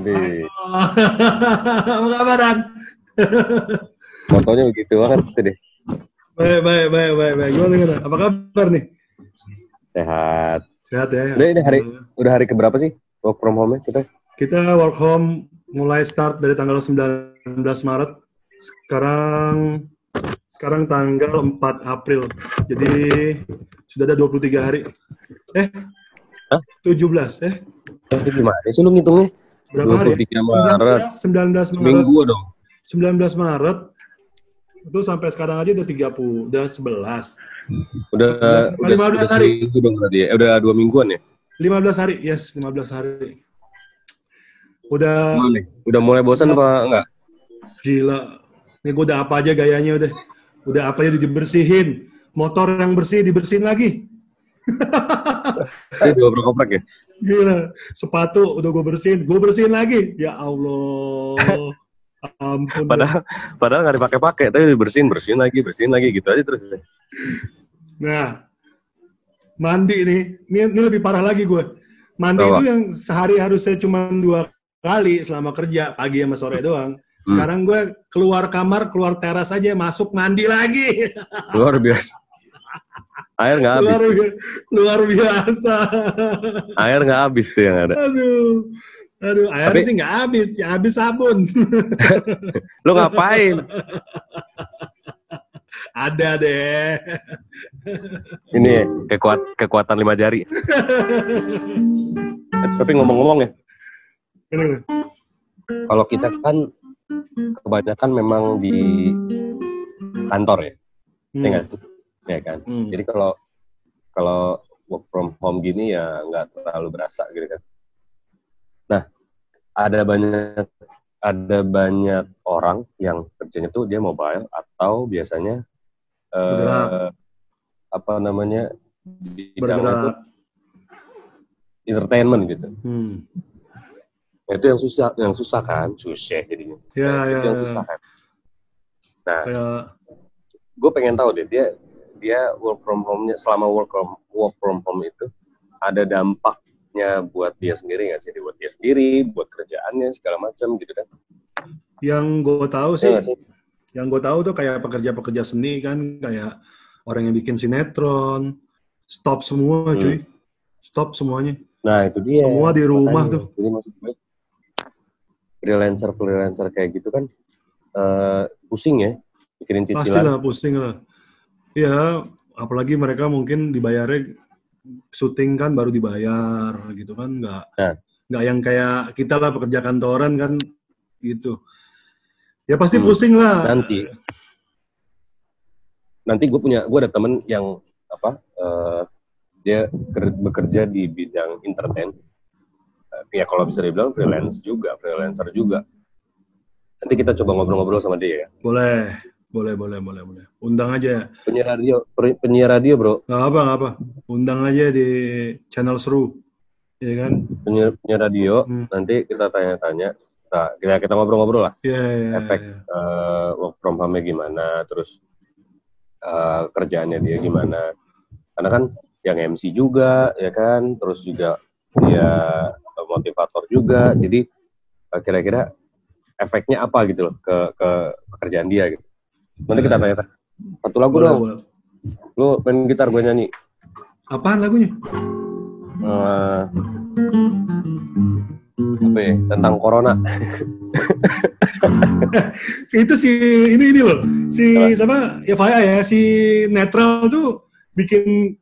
Ini Apa kabar, Dan? fotonya begitu banget tuh deh. Baik. Gimana? Apa kabar nih? Sehat. Sehat ya? Udah ini udah hari keberapa sih work from home-nya kita? Kita work home mulai start dari tanggal 19 Maret. Sekarang tanggal 4 April. Jadi sudah ada 23 hari. Hah? 17 Ini gimana sih lu ngitungnya? Berapa hari? 23 Maret. 19 Maret. Minggu dong. 19 Maret. Itu sampai sekarang aja udah 30, udah 11. Udah 15 hari. seminggu dong berarti ya. Udah 2 mingguan ya? 15 hari, yes, 15 hari. Udah mulai bosan apa enggak? Gila. Ini gue udah apa aja gayanya udah. Udah apa aja dibersihin. Motor yang bersih dibersihin lagi. Ini dioprek-oprek ya? Gila. Sepatu udah gue bersihin lagi. Ya Allah. Ampun. Padahal nggak dipakai-pakai, tapi bersihin lagi gitu aja terus. Nah, mandi nih. Ini lebih parah lagi gue. Mandi itu yang sehari harusnya cuma 2 kali selama kerja, pagi sama sore doang. Sekarang gue keluar kamar, keluar teras aja, masuk mandi lagi. Luar biasa. Air nggak habis. Luar biasa. Air nggak habis tuh yang ada. Aduh, air sih nggak habis, yang habis sabun. Lo ngapain? Ada deh. Ini kekuatan 5 jari. Tapi ngomong-ngomong ya, kalau kita kan kebanyakan memang di kantor ya, ya nggak sih, ya kan. Jadi kalau work from home gini ya nggak terlalu berasa gitu kan. Nah, ada banyak orang yang kerjanya tuh dia mobile atau biasanya di bidang itu entertainment gitu. Itu yang susah kan, susah jadinya. Itu yang susah kan. Nah, gue pengen tahu deh dia work from home-nya selama work from home itu ada dampaknya buat dia sendiri nggak sih? Buat dia sendiri, buat kerjaannya segala macam gitu kan? Yang gue tahu sih, yang gue tahu tuh kayak pekerja-pekerja seni kan, kayak orang yang bikin sinetron, stop semua cuy, stop semuanya. Nah itu dia. Semua di rumah tuh. Jadi maksud gue freelancer kayak gitu kan pusing ya, bikinin cicilan. Pastilah pusing lah. Ya, apalagi mereka mungkin dibayarnya syuting kan baru dibayar gitu kan, nggak yang kayak kita lah pekerja kantoran kan gitu. Ya pasti pusing lah. Nanti gue ada temen yang dia bekerja di bidang entertain. Ya kalau bisa dibilang freelancer juga. Nanti kita coba ngobrol-ngobrol sama dia ya. Boleh. Undang aja. Penyiar radio bro. Nggak apa. Undang aja di channel seru, ya kan? Penyiar radio. Nanti kita tanya-tanya. Kita ngobrol-ngobrol lah. Efek work from home-nya gimana, terus kerjaannya dia gimana. Karena kan yang MC juga, ya kan, terus juga dia motivator juga. Jadi kira-kira efeknya apa gitu loh ke pekerjaan dia gitu. Nanti kita tanya. Satu lagu dong. Lu main gitar, gue nyanyi. Apaan lagunya? Apa ya? Tentang corona. Itu ini loh. Siapa? Ya Faya ya. Si Netral tuh bikin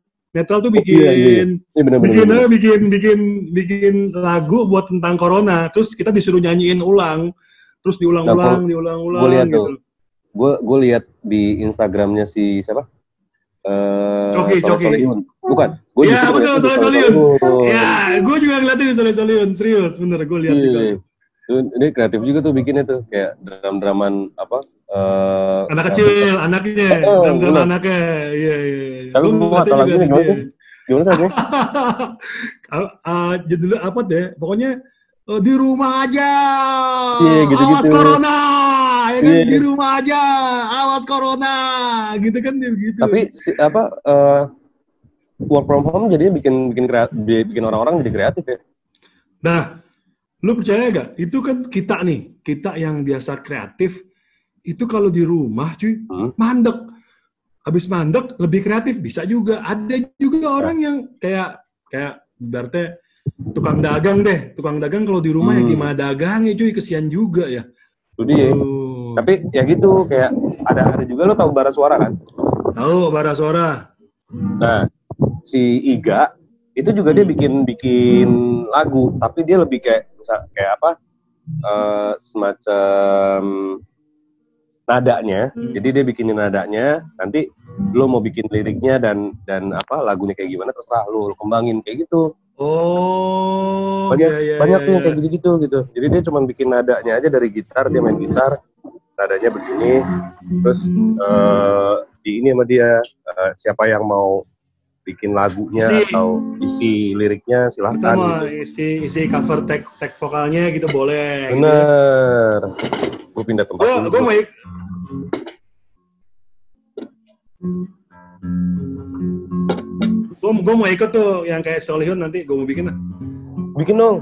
lagu buat tentang corona. Terus kita disuruh nyanyiin ulang. Terus diulang-ulang gitu. Gue lihat di Instagramnya si siapa? Coki. Bukan. Iya betul, Soleh. Ya, gue juga ngeliatin Soleh. Serius, bener. Gue lihat juga. Ini kreatif juga tuh bikinnya tuh, kayak drum-druman anak kecil, anaknya, drum anaknya. Iya. Tapi gue nggak tahu lagunya gimana sih? Judulnya apa deh? Pokoknya di rumah aja. Gitu-gitu. Awas corona. Ya kan, di rumah aja. Awas corona. Gitu kan dia begitu. Tapi work from home jadinya bikin orang-orang jadi kreatif ya. Lu percaya gak? Itu kan kita yang biasa kreatif, itu kalau di rumah cuy, mandek. Habis mandek, lebih kreatif, bisa juga. Ada juga orang yang kayak berarti tukang dagang deh. Tukang dagang kalau di rumah ya gimana dagangnya cuy, kesian juga ya. Itu dia. Tapi ya gitu, kayak ada juga, lo tahu Bara Suara kan? Tahu Bara Suara. Nah, si Iga itu juga dia bikin lagu, tapi dia lebih kayak apa? Semacam nadanya. Jadi dia bikinin nadanya, nanti lo mau bikin liriknya dan apa lagunya kayak gimana terserah lo kembangin kayak gitu. Oh, banyak tuh yang kayak gitu. Jadi dia cuma bikin nadanya aja dari gitar, dia main gitar, nadanya begini, terus di ini sama dia siapa yang mau bikin lagunya atau isi liriknya silahkan. Kita mau gitu. isi cover tag vokalnya gitu boleh. Bener. Gitu. Gue pindah tempat dulu. Gue mau gue mau ikut tuh yang kayak Solihun, nanti gue mau bikin lah. Bikin dong.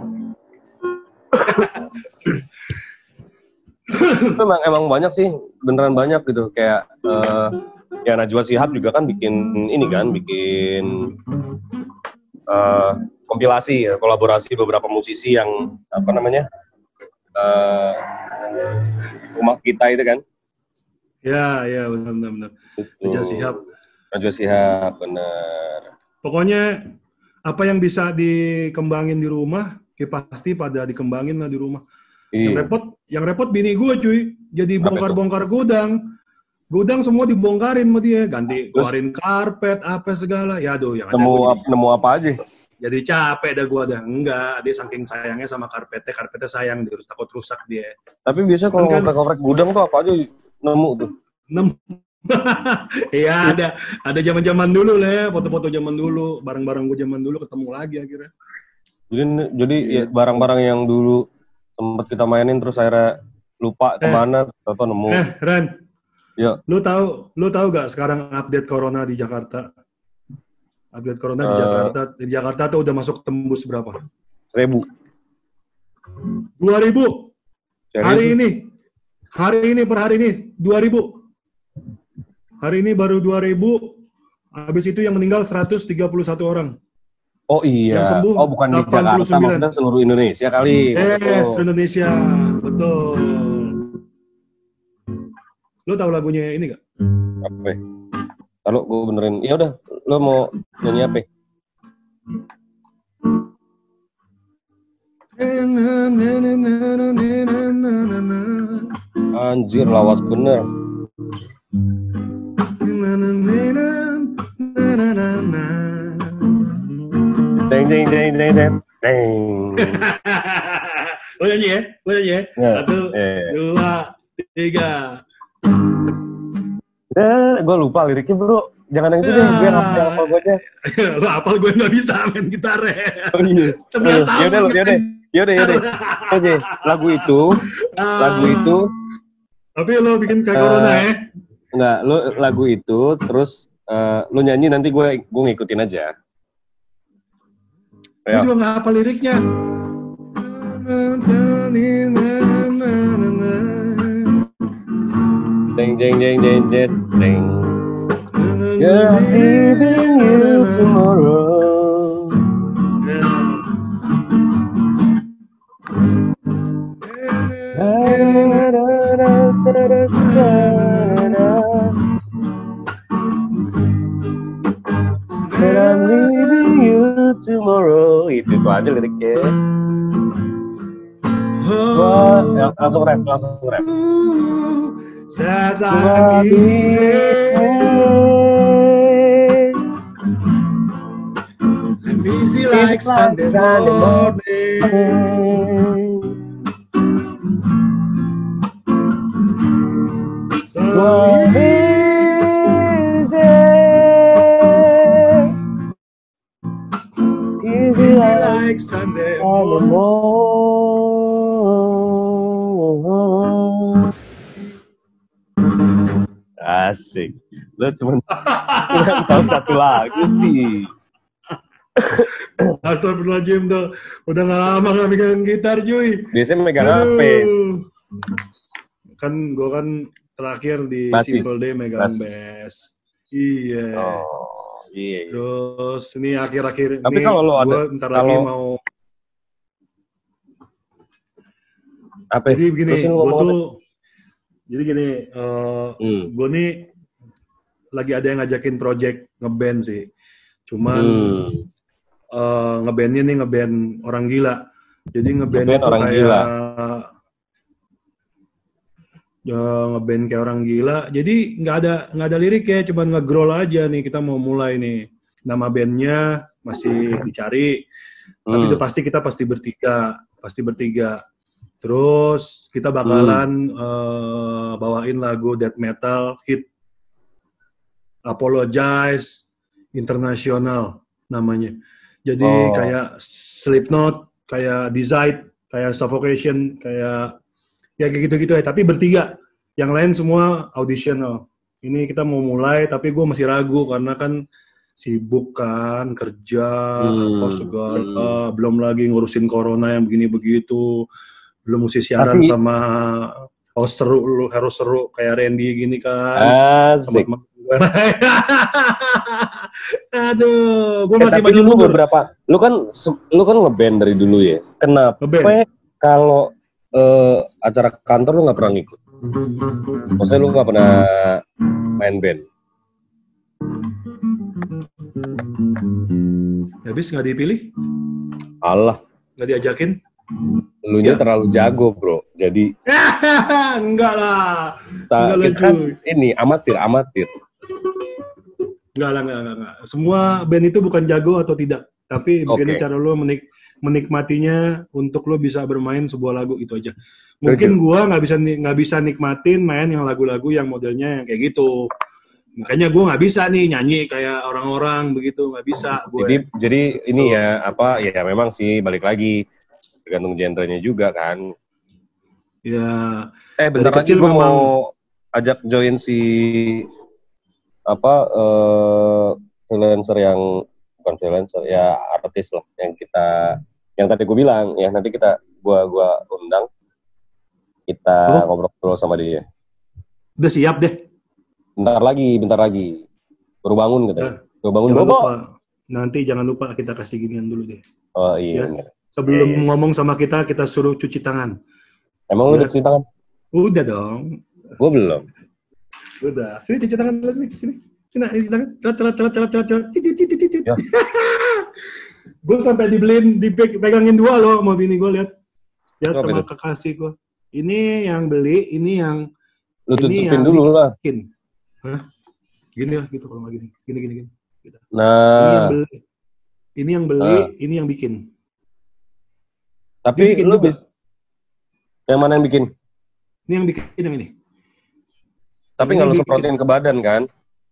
emang banyak sih, beneran banyak gitu, kayak ya Najwa Shihab juga kan bikin kompilasi ya, kolaborasi beberapa musisi yang apa namanya rumah kita itu kan. Ya benar. Najwa Shihab bener. Pokoknya apa yang bisa dikembangin di rumah, ya pasti pada dikembangin lah di rumah. Iya. Yang repot bini gue cuy, jadi bongkar-bongkar gudang semua dibongkarin sama dia, ganti keluarin karpet apa segala. Ya aduh, yang nemu apa aja. Jadi capek dah gue dah. Enggak, dia saking sayangnya sama karpetnya sayang, dia harus takut rusak dia. Tapi biasa kalau ngoprek gudang tuh apa aja nemu tuh? Iya, ada zaman-zaman dulu lah, foto-foto zaman dulu, barang-barang gue zaman dulu ketemu lagi akhirnya. Jadi ya, barang-barang yang dulu sempat kita mainin terus akhirnya lupa kemana atau nemu. Ren. Ya. Lu tahu gak sekarang update corona di Jakarta? Update corona di Jakarta tuh udah masuk tembus berapa? 1.000. 2.000. Hari ini per hari ini 2.000. Hari ini baru 2.000. Habis itu yang meninggal 131 orang. Oh iya. Yang sembuh bukan 89. Di Jakarta, maksudnya seluruh Indonesia kali. Seluruh Indonesia. Betul. Lo tahu lagunya ini gak? Apa? Kalau gue benerin, ya udah, lo mau nyanyi apa? Anjir, lawas bener. Deng. Lo nyanyi ya? 1, 2, 3. Gue lupa liriknya bro. Jangan yang itu deh, gue hafal gue aja. Lo hafal, gue gak bisa main gitar ya. Oh iya. 11 tahun. Yaudah. Oke, lagu itu. Tapi lo bikin kayak corona ya? Enggak, lo lagu itu, terus lo nyanyi, nanti gue ngikutin aja. Gue juga gak hafal liriknya. Deng. You're leaving you tomorrow. And I'm leaving you tomorrow. Itu aja liriknya. Langsung rap. Says I'm easy. I'm easy like Sunday morning. So easy like Sunday morning. Asik. Lo cuma tahu satu lagu sih. Astagfirullahaladzim tuh. Udah gak lama gak megang gitar cuy. Biasanya megang HP. Kan gue kan terakhir di Basis. Simple Day megang bass. Iya. Oh, iya. Terus ini akhir-akhir tapi ini kalau lo ada, bentar lagi mau. Apa? Jadi begini, gue tuh. Jadi gini, gue nih lagi ada yang ngajakin project ngeband sih. Cuman ngebandnya nih ngeband orang gila. Jadi ngeband itu orang kayak gila. Ngeband kayak orang gila. Jadi nggak ada lirik ya, cuman nge-growl aja nih. Kita mau mulai nih. Nama bandnya masih dicari. Tapi udah pasti kita pasti bertiga. Terus kita bakalan bawain lagu death metal hit Apologize International namanya. Jadi kayak Slipknot, kayak Decide, kayak Suffocation, kayak gitu-gitu ya. Tapi bertiga. Yang lain semua auditional. Ini kita mau mulai, tapi gue masih ragu karena kan sibuk kan, kerja, segala, belum lagi ngurusin corona yang begini-begitu. Belum mesti siaran sama host seru, harus seru kayak Randy gini kan. Asik. Aduh, gue masih tapi dulu beberapa. Lu kan ngeband dari dulu ya. Kenapa kalau acara kantor lu nggak pernah ngikut? Maksudnya lu nggak pernah main band? Habis nggak dipilih? Allah. Nggak diajakin? Lunya terlalu jago bro, jadi enggak lah. Kan ini amatir. Enggak. Semua band itu bukan jago atau tidak, tapi begini cara lo menikmatinya untuk lo bisa bermain sebuah lagu itu aja. Mungkin gua nggak bisa nikmatin main yang lagu-lagu yang modelnya yang kayak gitu. Makanya gue nggak bisa nih nyanyi kayak orang-orang begitu, nggak bisa. Jadi ini ya memang sih balik lagi. Tergantung genrenya juga kan. Ya. Bentar lagi gue mau ajak join si freelancer bukan freelancer ya artis lah yang tadi gue bilang ya nanti gua undang kita ngobrol sama dia. Udah siap deh. Bentar lagi. Baru bangun katanya. Baru bangun Nanti jangan lupa kita kasih ginian dulu deh. Oh iya. Ya? Sebelum ngomong sama kita suruh cuci tangan. Emang lu udah cuci tangan? Udah dong. Gue belum. Udah. Sini cuci tangan dulu sini. Sini cuci tangan. Celat. Ya. Gue sampai dipegangin 2 loh sama bini gue lihat. Ya sama kekasih gue. Ini yang beli, ini yang lu tutupin dulu lah. Hah? Gini lah gitu kalau nggak gini. Gini. Gitu. Nah. Ini yang beli, ini yang bikin. Tapi lu bisa yang mana yang bikin? Ini yang bikin yang ini. Tapi nggak lu semprotin ke badan kan?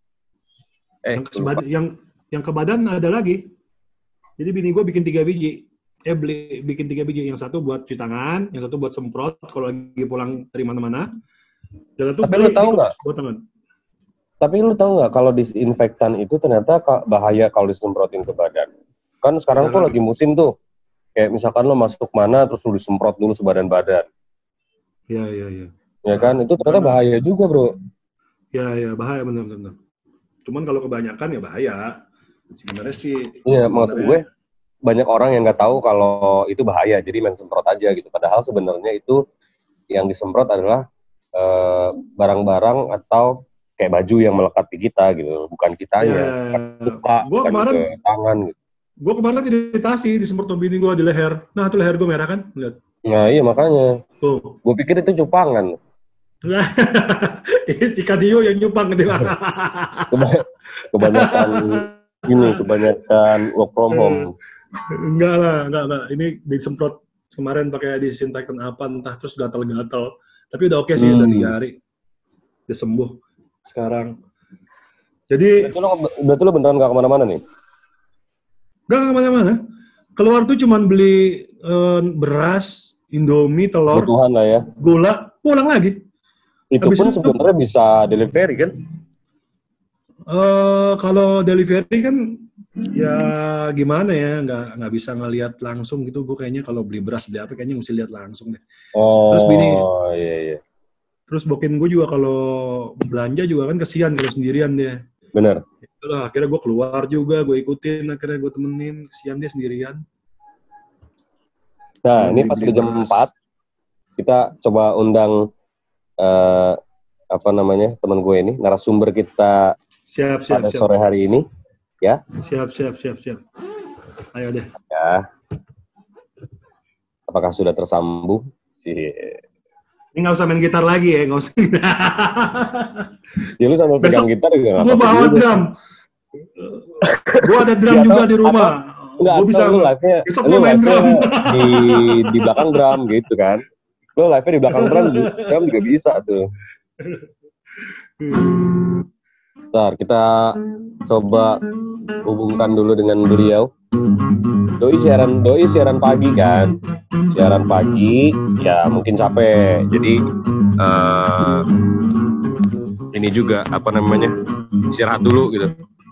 Yang ke badan ada lagi. Jadi bini gue bikin 3 biji. Bikin 3 biji. Yang satu buat cuci tangan, yang satu buat semprot kalau lagi pulang dari mana-mana. Tapi lu tahu nggak? Tapi lu tahu nggak kalau disinfektan itu ternyata bahaya kalau disemprotin ke badan. Kan sekarang tuh lagi musim tuh. Kayak misalkan lo masuk mana terus lo disemprot dulu sebadan-badan. Iya. Ya kan, itu ternyata bahaya juga bro. Iya, bahaya benar. Cuman kalau kebanyakan ya bahaya. Sebenarnya sih. Iya, maksud gue banyak orang yang nggak tahu kalau itu bahaya, jadi main semprot aja gitu. Padahal sebenarnya itu yang disemprot adalah barang-barang atau kayak baju yang melekat di kita gitu, bukan kitanya, bukan ke tangan gitu. Gue kemarin iritasi disemprot bini gue di leher. Nah, itu leher gue merah kan? Lihat. Nah, iya makanya. Tuh. Gue pikir itu cupangan. Jika Dio yang nyupang gitu. kebanyakan work from home. Enggak lah. Ini disemprot kemarin pakai disinfektan apa entah terus gatal-gatal. Tapi udah oke sih, udah 3 hari. Udah sembuh sekarang. Jadi berarti lo beneran gak kemana-mana nih? Gak kemana-mana. Keluar tuh cuman beli beras, Indomie, telur, kebutuhan lah ya. Gula, pulang lagi. Itu pun sebenarnya bisa delivery kan? Kalau delivery kan Ya gimana ya, nggak bisa ngelihat langsung gitu. Gue kayaknya kalau beli beras beli apa kayaknya mesti lihat langsung deh. Terus iya. Terus bokin gue juga kalau belanja juga kan kesian kalau sendirian dia. Bener. Itulah akhirnya gue keluar juga, gue ikutin, akhirnya gue temenin, kesian dia sendirian. Nah, ini pas udah jam 4, kita coba undang teman gue ini, narasumber kita pada sore hari ini, ya. Siap. Ayo deh. Ya. Apakah sudah tersambung? Ini nggak usah main gitar lagi ya, nggak usah. Ya lu sambil pegang gitar juga nggak apa-apa. Gue bawa drum. Gue ada drum juga di rumah. Gue bisa lu live-nya di belakang drum gitu kan. Lu live-nya di belakang drum juga bisa tuh. Ntar kita coba hubungkan dulu dengan beliau. Doi siaran pagi kan. Siaran pagi ya mungkin capek. Jadi ini juga istirahat dulu gitu.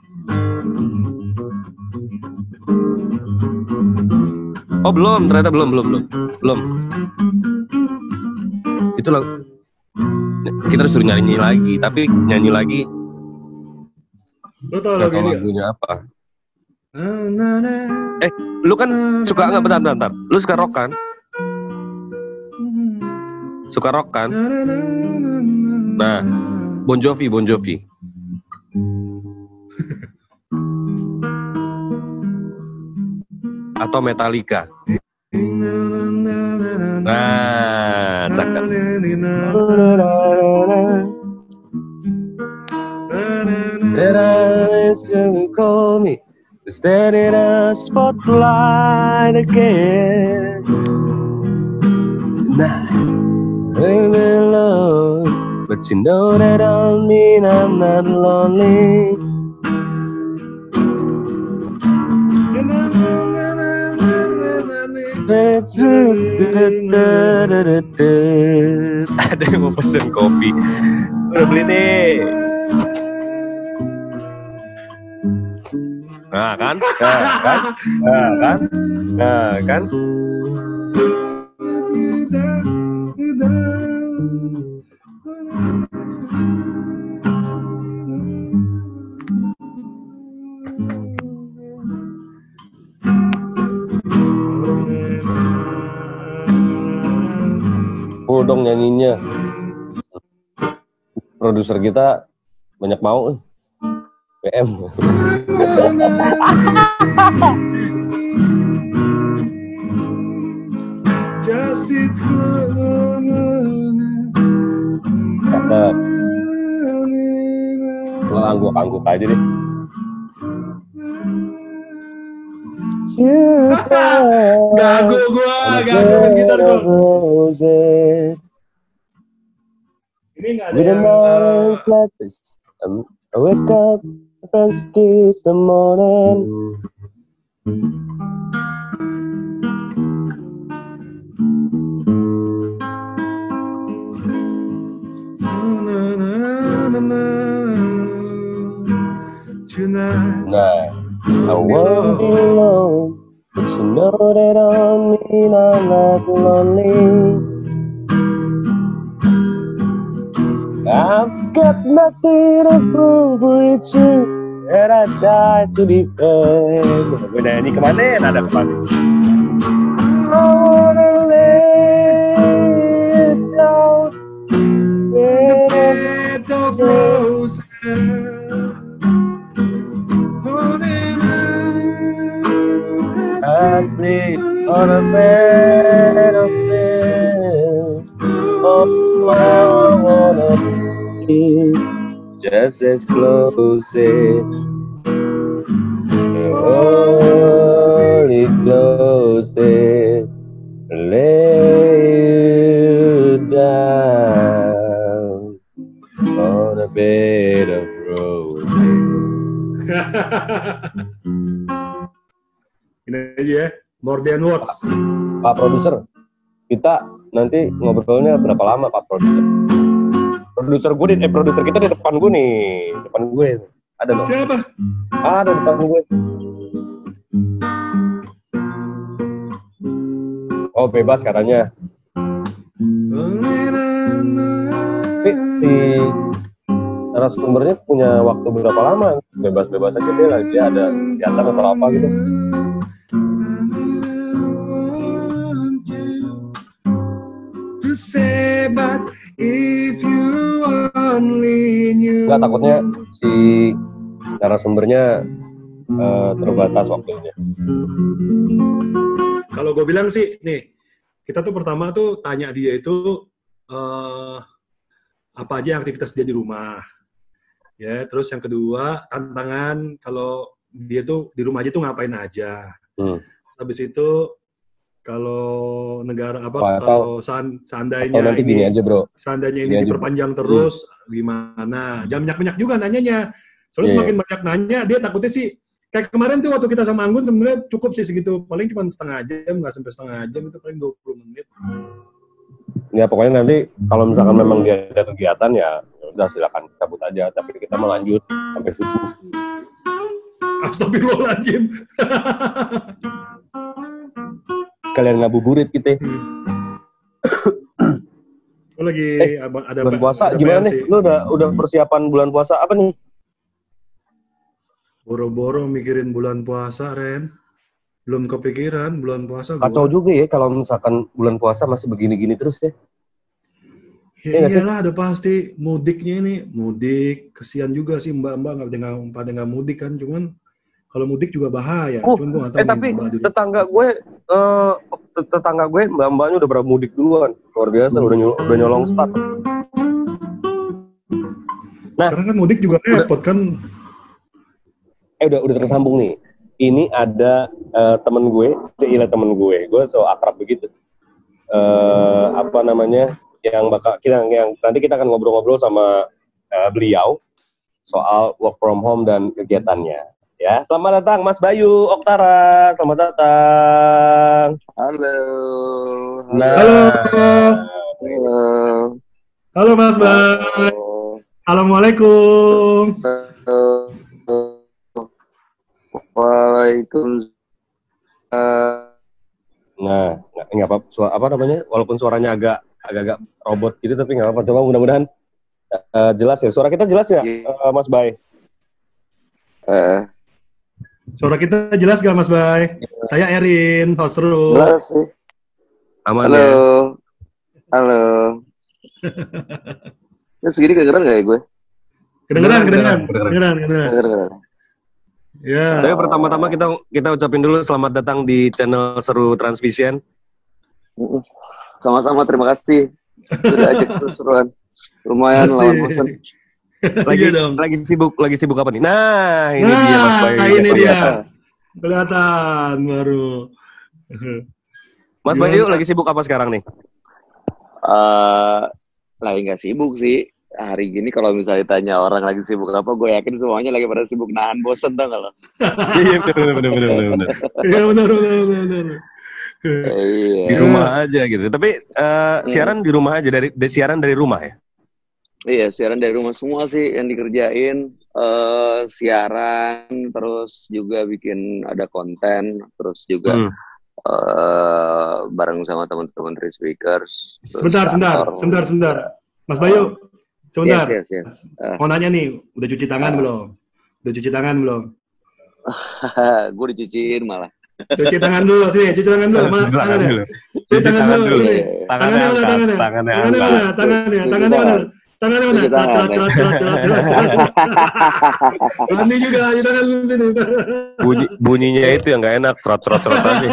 Oh belum, ternyata belum. Itu lah. Kita disuruh nyanyi lagi, tapi nyanyi lagi. Lo tau lagunya apa? Lu kan suka nggak? Bentar. Lu suka rock kan? Suka rock kan? Nah, Bon Jovi. Atau Metallica. Nah, cakep. Call me, stand in a spotlight again. Tonight, I'm alone, but you know that don't mean I'm not lonely. Ada yang mau pesen kopi. Udah beli nih. Nah kan. Dong nyanyinya. Produser kita banyak mau PM. Cakep. Lo angguk aja deh. Gagu gitar gua. Ini nggak ada yang I wake up, first kiss the morning. Tonight, I won't be alone, but you know that don't mean I'm not lonely. I've got nothing to prove with you, and I try to defend. Gue nyanyi kemana ya? Nada kemana? I wanna lay it down in the bed of roses. I sleep on a bed of pills. Oh, I wanna be just as close as only closest. Lay you down on a bed of roses. Ini aja ya, more than words. Pak Produser, kita nanti ngobrolnya berapa lama Pak Produser? Produser kita di depan gue nih, depan gue. Ada loh. Siapa? Ada depan gue. Oh, bebas katanya. Tapi si narasumbernya punya waktu berapa lama? Bebas-bebas aja dia ada kegiatan atau apa gitu. Nggak, takutnya si narasumbernya terbatas waktunya. Kalau gue bilang sih, nih, kita tuh pertama tuh tanya dia itu apa aja aktivitas dia di rumah. Ya, terus yang kedua, tantangan kalau dia tuh di rumah aja tuh ngapain aja. Habis itu kalau negara apa kalau seandainya nanti ini gini aja, Bro. Seandainya ini diperpanjang terus gimana? Jangan banyak-banyak juga nanyanya. Soalnya semakin banyak nanya, dia takutnya sih kayak kemarin tuh waktu kita sama Anggun sebenarnya cukup sih segitu. Paling cuma setengah jam, nggak sampai setengah jam, itu paling 20 menit. Ya pokoknya nanti kalau misalkan memang dia ada kegiatan ya udah silakan cabut aja, tapi kita mau lanjut sampai subuh. Astagfirullahaladzim. Sekalian ngabuburit kita. Lu lagi ada bulan puasa ada gimana nih? Lu udah persiapan bulan puasa apa nih? Boro-boro mikirin bulan puasa, Ren. Belum kepikiran bulan puasa. Kacau juga ya kalau misalkan bulan puasa masih begini-gini terus ya. Ya iyalah, ada pasti mudiknya ini. Mudik, kesian juga sih mbak-mbak nggak mudik kan. Cuman kalau mudik juga bahaya. Cuman gue nggak tahu. Tapi tetangga gue mbak-mbaknya udah berapa mudik duluan. Luar biasa, udah nyolong start. Nah, sekarang kan mudik juga repot kan. Udah tersambung nih. Ini ada temen gue, temen gue so akrab begitu. Apa namanya? Yang nanti kita akan ngobrol-ngobrol sama beliau soal work from home dan kegiatannya. Ya, selamat datang Mas Bayu Oktara, selamat datang. Halo. Halo Mas Bayu. Assalamualaikum. Waalaikumsalam. Nah, nggak apa namanya? Walaupun suaranya agak robot gitu, tapi nggak apa-apa. Coba mudah-mudahan jelas ya. Suara kita jelas ya, Mas Bay? Suara kita jelas gak, Mas Bay? Saya Erin, host room. Jelas sih. Aman. Halo. Ya? Halo. Ini segini kedengeran gak ya gue? Kedengeran. Ya. Tapi pertama-tama kita ucapin dulu selamat datang di channel Seru Transvision. Sama-sama, terima kasih. Sudah ajak seru-seruan. Lumayan lawan bosan. Lagi sibuk apa nih? Nah, ini dia Mas Bayu. Ini dia. Kelihatan baru. Mas Bayu lagi sibuk apa sekarang nih? Lagi nggak sibuk sih. Hari gini kalau misalnya tanya orang lagi sibuk apa, gue yakin semuanya lagi pada sibuk nahan bosen, tau gak lo? Iya, bener. Iya, benar. Di rumah aja gitu. Tapi siaran di rumah aja, siaran dari rumah ya? Iya, siaran dari rumah semua sih yang dikerjain. Siaran, terus juga bikin ada konten, terus juga bareng sama teman-teman Three Speakers. Sebentar. Mas Bayu, sebentar. Yes. Mau nanya nih, udah cuci tangan belum? Gue dicuciin malah. Cuci tangan dulu, sini. Cuci tangan dulu. Mana tangannya? Cuci tangan dulu. Tangannya mana? Cerat. Ini juga cuci tangan dulu sini. Bunyinya itu yang nggak enak, cerat aja.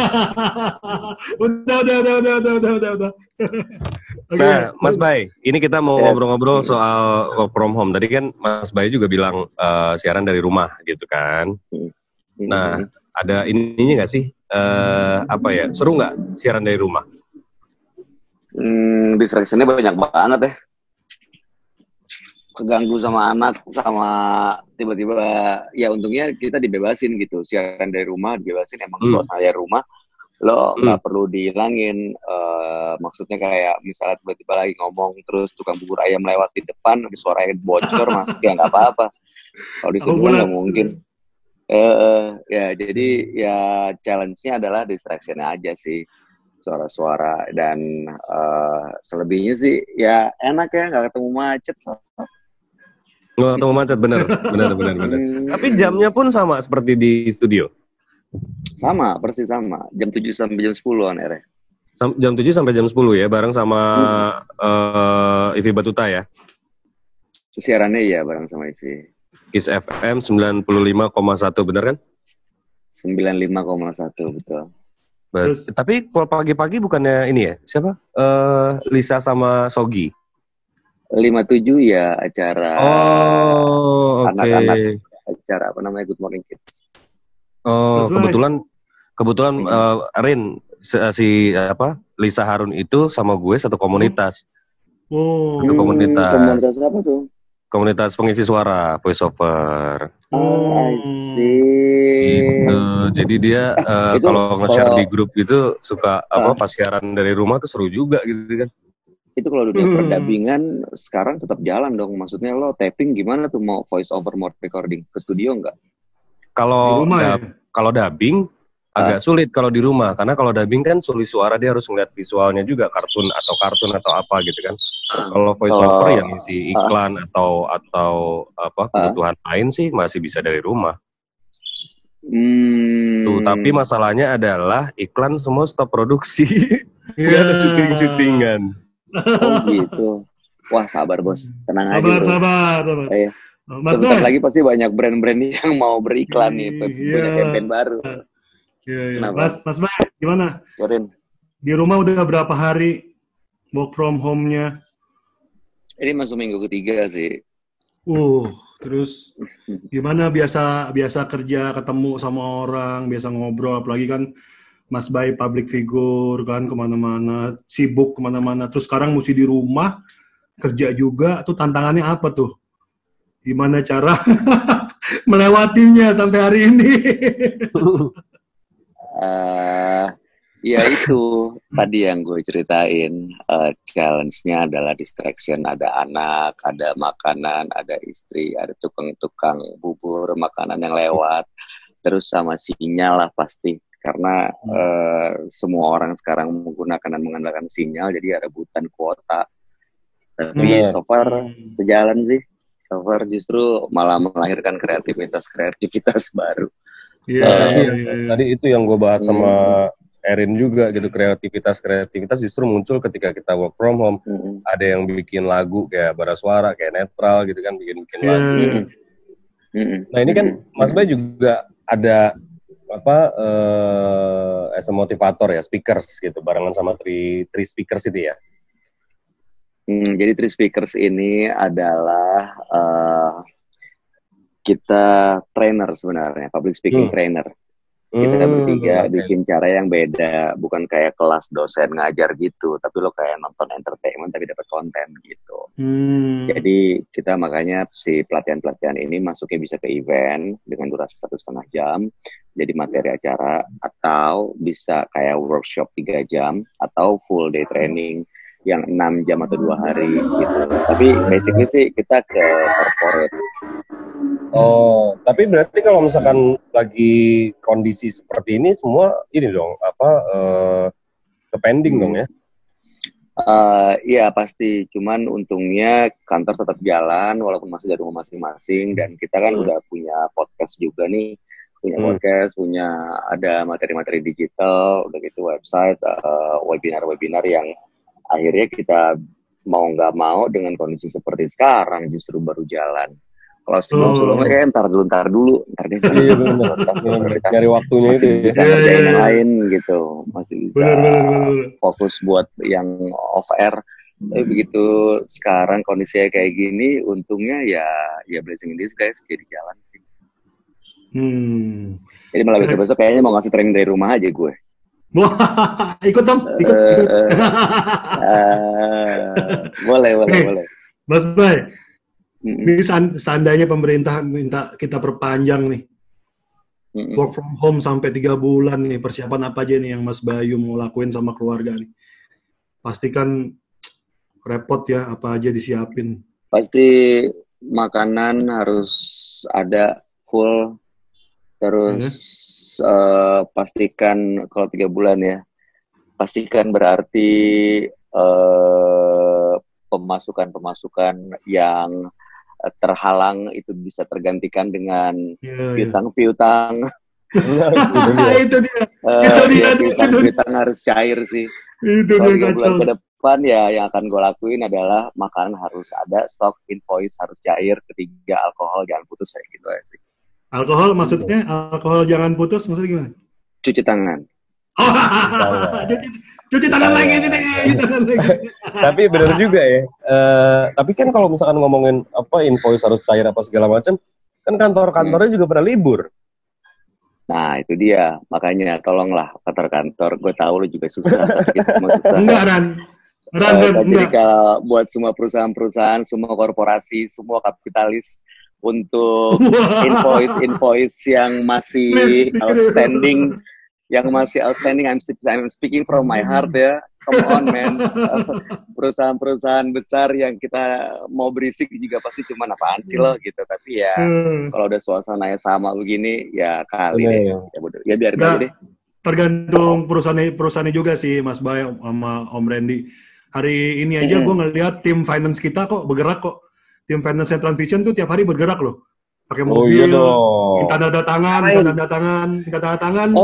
Udah. Nah, Mas Bay, ini kita mau ngobrol-ngobrol soal work from home. Tadi kan Mas Bay juga bilang siaran dari rumah gitu kan. Nah, ada ininya nggak sih? Seru nggak siaran dari rumah? Distraction-nya banyak banget ya. Keganggu sama anak, sama tiba-tiba, ya untungnya kita dibebasin gitu. Siaran dari rumah dibebasin, emang suasana dari rumah. Lo nggak perlu dihilangin. Maksudnya kayak misalnya tiba-tiba lagi ngomong, terus tukang bubur ayam lewat di depan, suaranya bocor, masuk ya nggak apa-apa. Kalau di sini nggak mungkin. Ya jadi ya challenge-nya adalah distraction aja sih. suara-suara dan selebihnya sih ya enak ya, nggak ketemu macet. Nggak ketemu macet, bener. Tapi jamnya pun sama seperti di studio. Sama, persis sama. Jam 7 sampai jam 10 akhirnya. Jam 7 sampai jam 10 ya, bareng sama Ivi Batuta ya? Siarannya ya bareng sama Ivi. Kiss FM 95,1, bener kan? 95,1, betul. Tapi kalau pagi-pagi bukannya ini ya, siapa? Lisa sama Sogi. 57 ya acara anak-anak, acara apa namanya, Good Morning Kids. Oh, kebetulan Rin si Lisa Harun itu sama gue satu komunitas. Satu komunitas. Komunitas apa tuh? Komunitas pengisi suara, voice over. I see. Gitu. Jadi dia kalau nge-share di grup gitu suka pas siaran dari rumah tuh seru juga gitu kan. Itu kalau dunia perdabingan sekarang tetap jalan dong. Maksudnya lo tapping gimana tuh, mau voice over, mau recording ke studio nggak? Kalau kalau dubbing agak sulit kalau di rumah, karena kalau dubbing kan sulit suara, dia harus ngeliat visualnya juga, kartun atau apa gitu kan. Kalau voice over yang isi iklan atau kebutuhan lain sih masih bisa dari rumah. Tuh, tapi masalahnya adalah iklan semua stop produksi. Nggak ada syuting-syutingan. Oh gitu. Wah, sabar bos, tenang aja. Sabar. Sebentar lagi pasti banyak brand-brand yang mau beriklan nih, punya campaign baru. Iya. Mas Bay, gimana? Yorin. Di rumah udah berapa hari work from home-nya? Ini masuk minggu ketiga sih. Terus gimana biasa kerja, ketemu sama orang, biasa ngobrol, apalagi kan Mas Bay public figure kan, kemana-mana, sibuk kemana-mana. Terus sekarang mesti di rumah, kerja juga, tuh tantangannya apa tuh? Gimana cara melewatinya sampai hari ini? Ya itu tadi yang gue ceritain, challenge-nya adalah distraction. Ada anak, ada makanan, ada istri, ada tukang-tukang bubur, makanan yang lewat, terus sama sinyal lah pasti, karena semua orang sekarang menggunakan dan mengandalkan sinyal, jadi ada rebutan kuota. Tapi so far sejalan sih. So far justru malah melahirkan kreativitas baru. Tadi itu yang gue bahas sama Erin juga gitu, kreativitas justru muncul ketika kita work from home. Ada yang bikin lagu kayak bara suara, kayak netral gitu kan, bikin lagu. Nah ini kan Mas Bay juga ada as a motivator ya, speakers gitu, barengan sama three speakers itu ya. Jadi three speakers ini adalah kita trainer sebenarnya, public speaking trainer. Kita bertiga bikin cara yang beda, bukan kayak kelas dosen ngajar gitu, tapi lo kayak nonton entertainment tapi dapat konten gitu. Jadi kita makanya si pelatihan ini masuknya bisa ke event dengan durasi 1,5 jam, jadi materi acara, atau bisa kayak workshop 3 jam, atau full day training yang 6 jam atau 2 hari gitu. Tapi basically sih kita ke corporate. Oh, tapi berarti kalau misalkan lagi kondisi seperti ini semua ini dong, ke pending dong ya? Iya pasti, cuman untungnya kantor tetap jalan walaupun masih dari rumah masing-masing, dan kita kan udah punya podcast juga nih, punya ada materi-materi digital, udah gitu website, webinar-webinar yang akhirnya kita mau nggak mau dengan kondisi seperti sekarang justru baru jalan. Kalau sebelumnya kayak ntar dulu. Iya benar. Dari waktunya masih bisa ngerjain yang lain gitu, masih bisa fokus buat yang off air. Tapi begitu sekarang kondisinya kayak gini, untungnya ya blessing in disguise, jadi jalan sih. Jadi malah besok kayaknya mau ngasih training dari rumah aja gue. Wah, ikut dong, ikut. Boleh. Mas Bay, ini seandainya pemerintah minta kita perpanjang nih, work from home sampai 3 bulan nih, persiapan apa aja nih yang Mas Bayu mau lakuin sama keluarga nih? Pasti kan repot ya, apa aja disiapin? Pasti makanan harus ada full, terus pastikan kalau 3 bulan ya, pastikan berarti pemasukan yang terhalang itu bisa tergantikan dengan piutang-piutang. Itu dia. Piutang harus cair sih. Itu kalau dia 3 bulan ke depan ya yang akan gue lakuin adalah makanan harus ada, stok, invoice harus cair, ketiga alkohol jangan putus kayak gitu aja sih. Alkohol maksudnya alkohol jangan putus maksudnya gimana? Cuci tangan. Cuci tangan lagi. Tapi benar juga ya. Tapi kan kalau misalkan ngomongin invoice harus cair apa segala macam, kan kantor-kantornya juga pada libur. Nah itu dia, makanya tolonglah kantor-kantor, gue tahu lu juga susah, tapi kita semua susah. Enggak, Ran. Jadi kalau buat semua perusahaan-perusahaan, semua korporasi, semua kapitalis untuk invoice yang masih outstanding, I'm speaking from my heart ya. Come on man, perusahaan-perusahaan besar yang kita mau berisik juga pasti cuma apaan sih lo gitu. Tapi ya kalau udah suasananya sama begini ya kali deh. Ya biar aja deh. Tergantung perusahaannya juga sih Mas Bay sama Om Randy. Hari ini aja gue ngeliat tim finance kita kok bergerak kok. Tim finance Transvision tuh tiap hari bergerak loh. Pakai mobil, minta tanda tangan,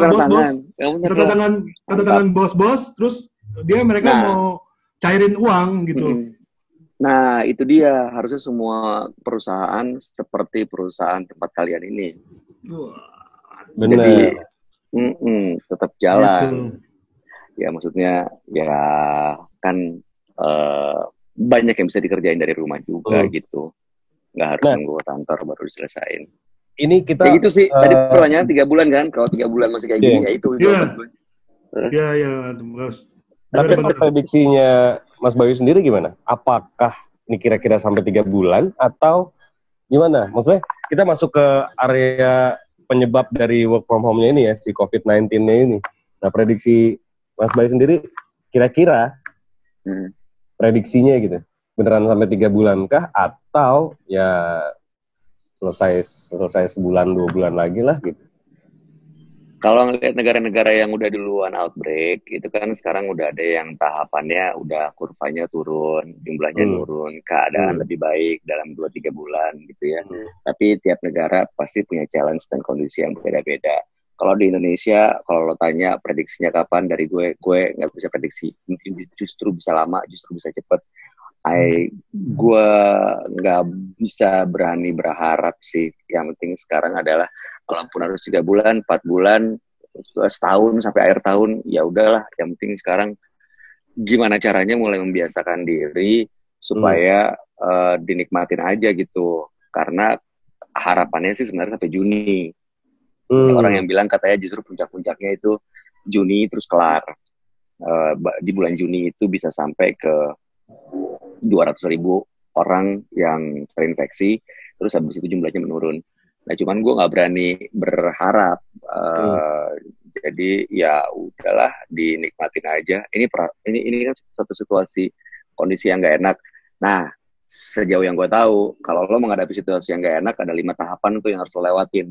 bos-bos, terus mereka mau cairin uang gitu. Nah, itu dia, harusnya semua perusahaan seperti perusahaan tempat kalian ini. Benar. Jadi, tetap jalan. Ya, maksudnya ya kan banyak yang bisa dikerjain dari rumah juga gitu. Nggak harus nunggu kantor baru diselesain. Ini kita ya gitu sih. Tadi pertanyaan 3 bulan kan. Kalau 3 bulan masih kayak gini ya itu. Iya. Tapi prediksinya Mas Bayu sendiri gimana? Apakah ini kira-kira sampai 3 bulan atau gimana? Maksudnya kita masuk ke area penyebab dari work from home-nya ini ya, si COVID-19-nya ini. Nah, prediksi Mas Bayu sendiri kira-kira prediksinya gitu. Beneran sampai 3 bulan kah atau ya selesai sebulan 2 bulan lagi lah gitu. Kalau ngelihat negara-negara yang udah duluan outbreak itu kan sekarang udah ada yang tahapannya udah kurvanya turun, jumlahnya turun, keadaan lebih baik dalam 2-3 bulan gitu ya. Tapi tiap negara pasti punya challenge dan kondisi yang berbeda-beda. Kalau di Indonesia, kalau lo tanya prediksinya kapan, dari gue nggak bisa prediksi. Mungkin justru bisa lama, justru bisa cepet. Gue nggak bisa berani berharap sih. Yang penting sekarang adalah walaupun harus 3 bulan, 4 bulan, setahun sampai akhir tahun, ya udahlah. Yang penting sekarang gimana caranya mulai membiasakan diri supaya dinikmatin aja gitu. Karena harapannya sih sebenarnya sampai Juni. Orang yang bilang katanya justru puncak-puncaknya itu Juni terus kelar. Di bulan Juni itu bisa sampai ke 200.000 orang yang terinfeksi, terus habis itu jumlahnya menurun. Nah, cuman gue nggak berani berharap. Jadi ya udahlah, dinikmatin aja. Ini kan satu situasi kondisi yang nggak enak. Nah, sejauh yang gue tahu, kalau lo menghadapi situasi yang nggak enak, ada 5 tahapan tuh yang harus lo lewatin.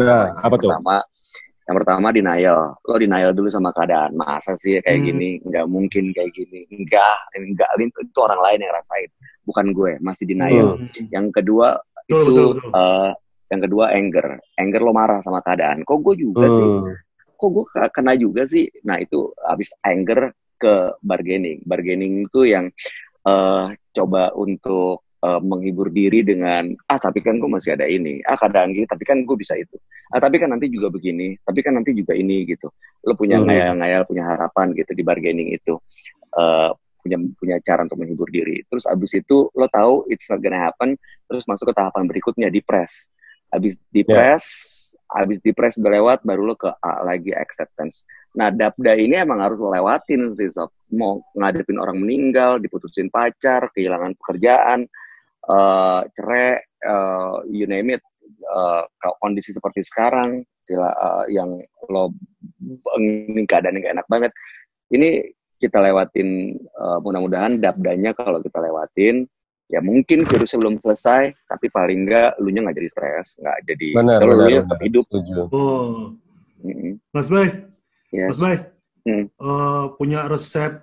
Yang pertama denial. Lo denial dulu sama keadaan. Masa sih kayak gini? Nggak mungkin kayak gini. Enggak, itu orang lain yang rasain. Bukan gue, masih denial. Yang kedua yang kedua anger. Anger, lo marah sama keadaan. Kok gue juga sih? Kok gue kena juga sih? Nah itu habis anger ke bargaining. Bargaining itu yang coba untuk menghibur diri dengan tapi kan gue masih ada ini, keadaan gini, tapi kan gue bisa itu, tapi kan nanti juga begini, tapi kan nanti juga ini gitu. Lo punya ngayal-ngayal, punya harapan gitu di bargaining itu, punya cara untuk menghibur diri. Terus abis itu lo tahu it's not gonna happen, terus masuk ke tahapan berikutnya, depress. Abis depress udah lewat, baru lo ke lagi acceptance. Nah, dabda ini emang harus lo lewatin sih, Sob. Mau ngadepin orang meninggal, diputusin pacar, kehilangan pekerjaan, cerai, you name it, kondisi seperti sekarang, yang lo ini keadaan yang gak enak banget. Ini kita lewatin, mudah-mudahan dabdanya kalau kita lewatin, ya mungkin virusnya belum selesai, tapi paling enggak lu nya nggak jadi stres, nggak jadi lu tetap hidup. Mas Bay, yes. Mas Bay, punya resep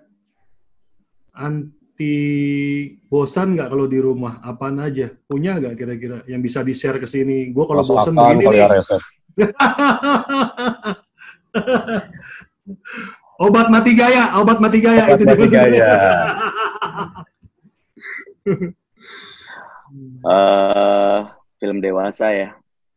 anti bosan nggak kalau di rumah? Apaan aja? Punya nggak kira-kira yang bisa di-share ke sini? Gue kalau bosan begini nih. Obat mati gaya obat mati gaya. Film dewasa ya.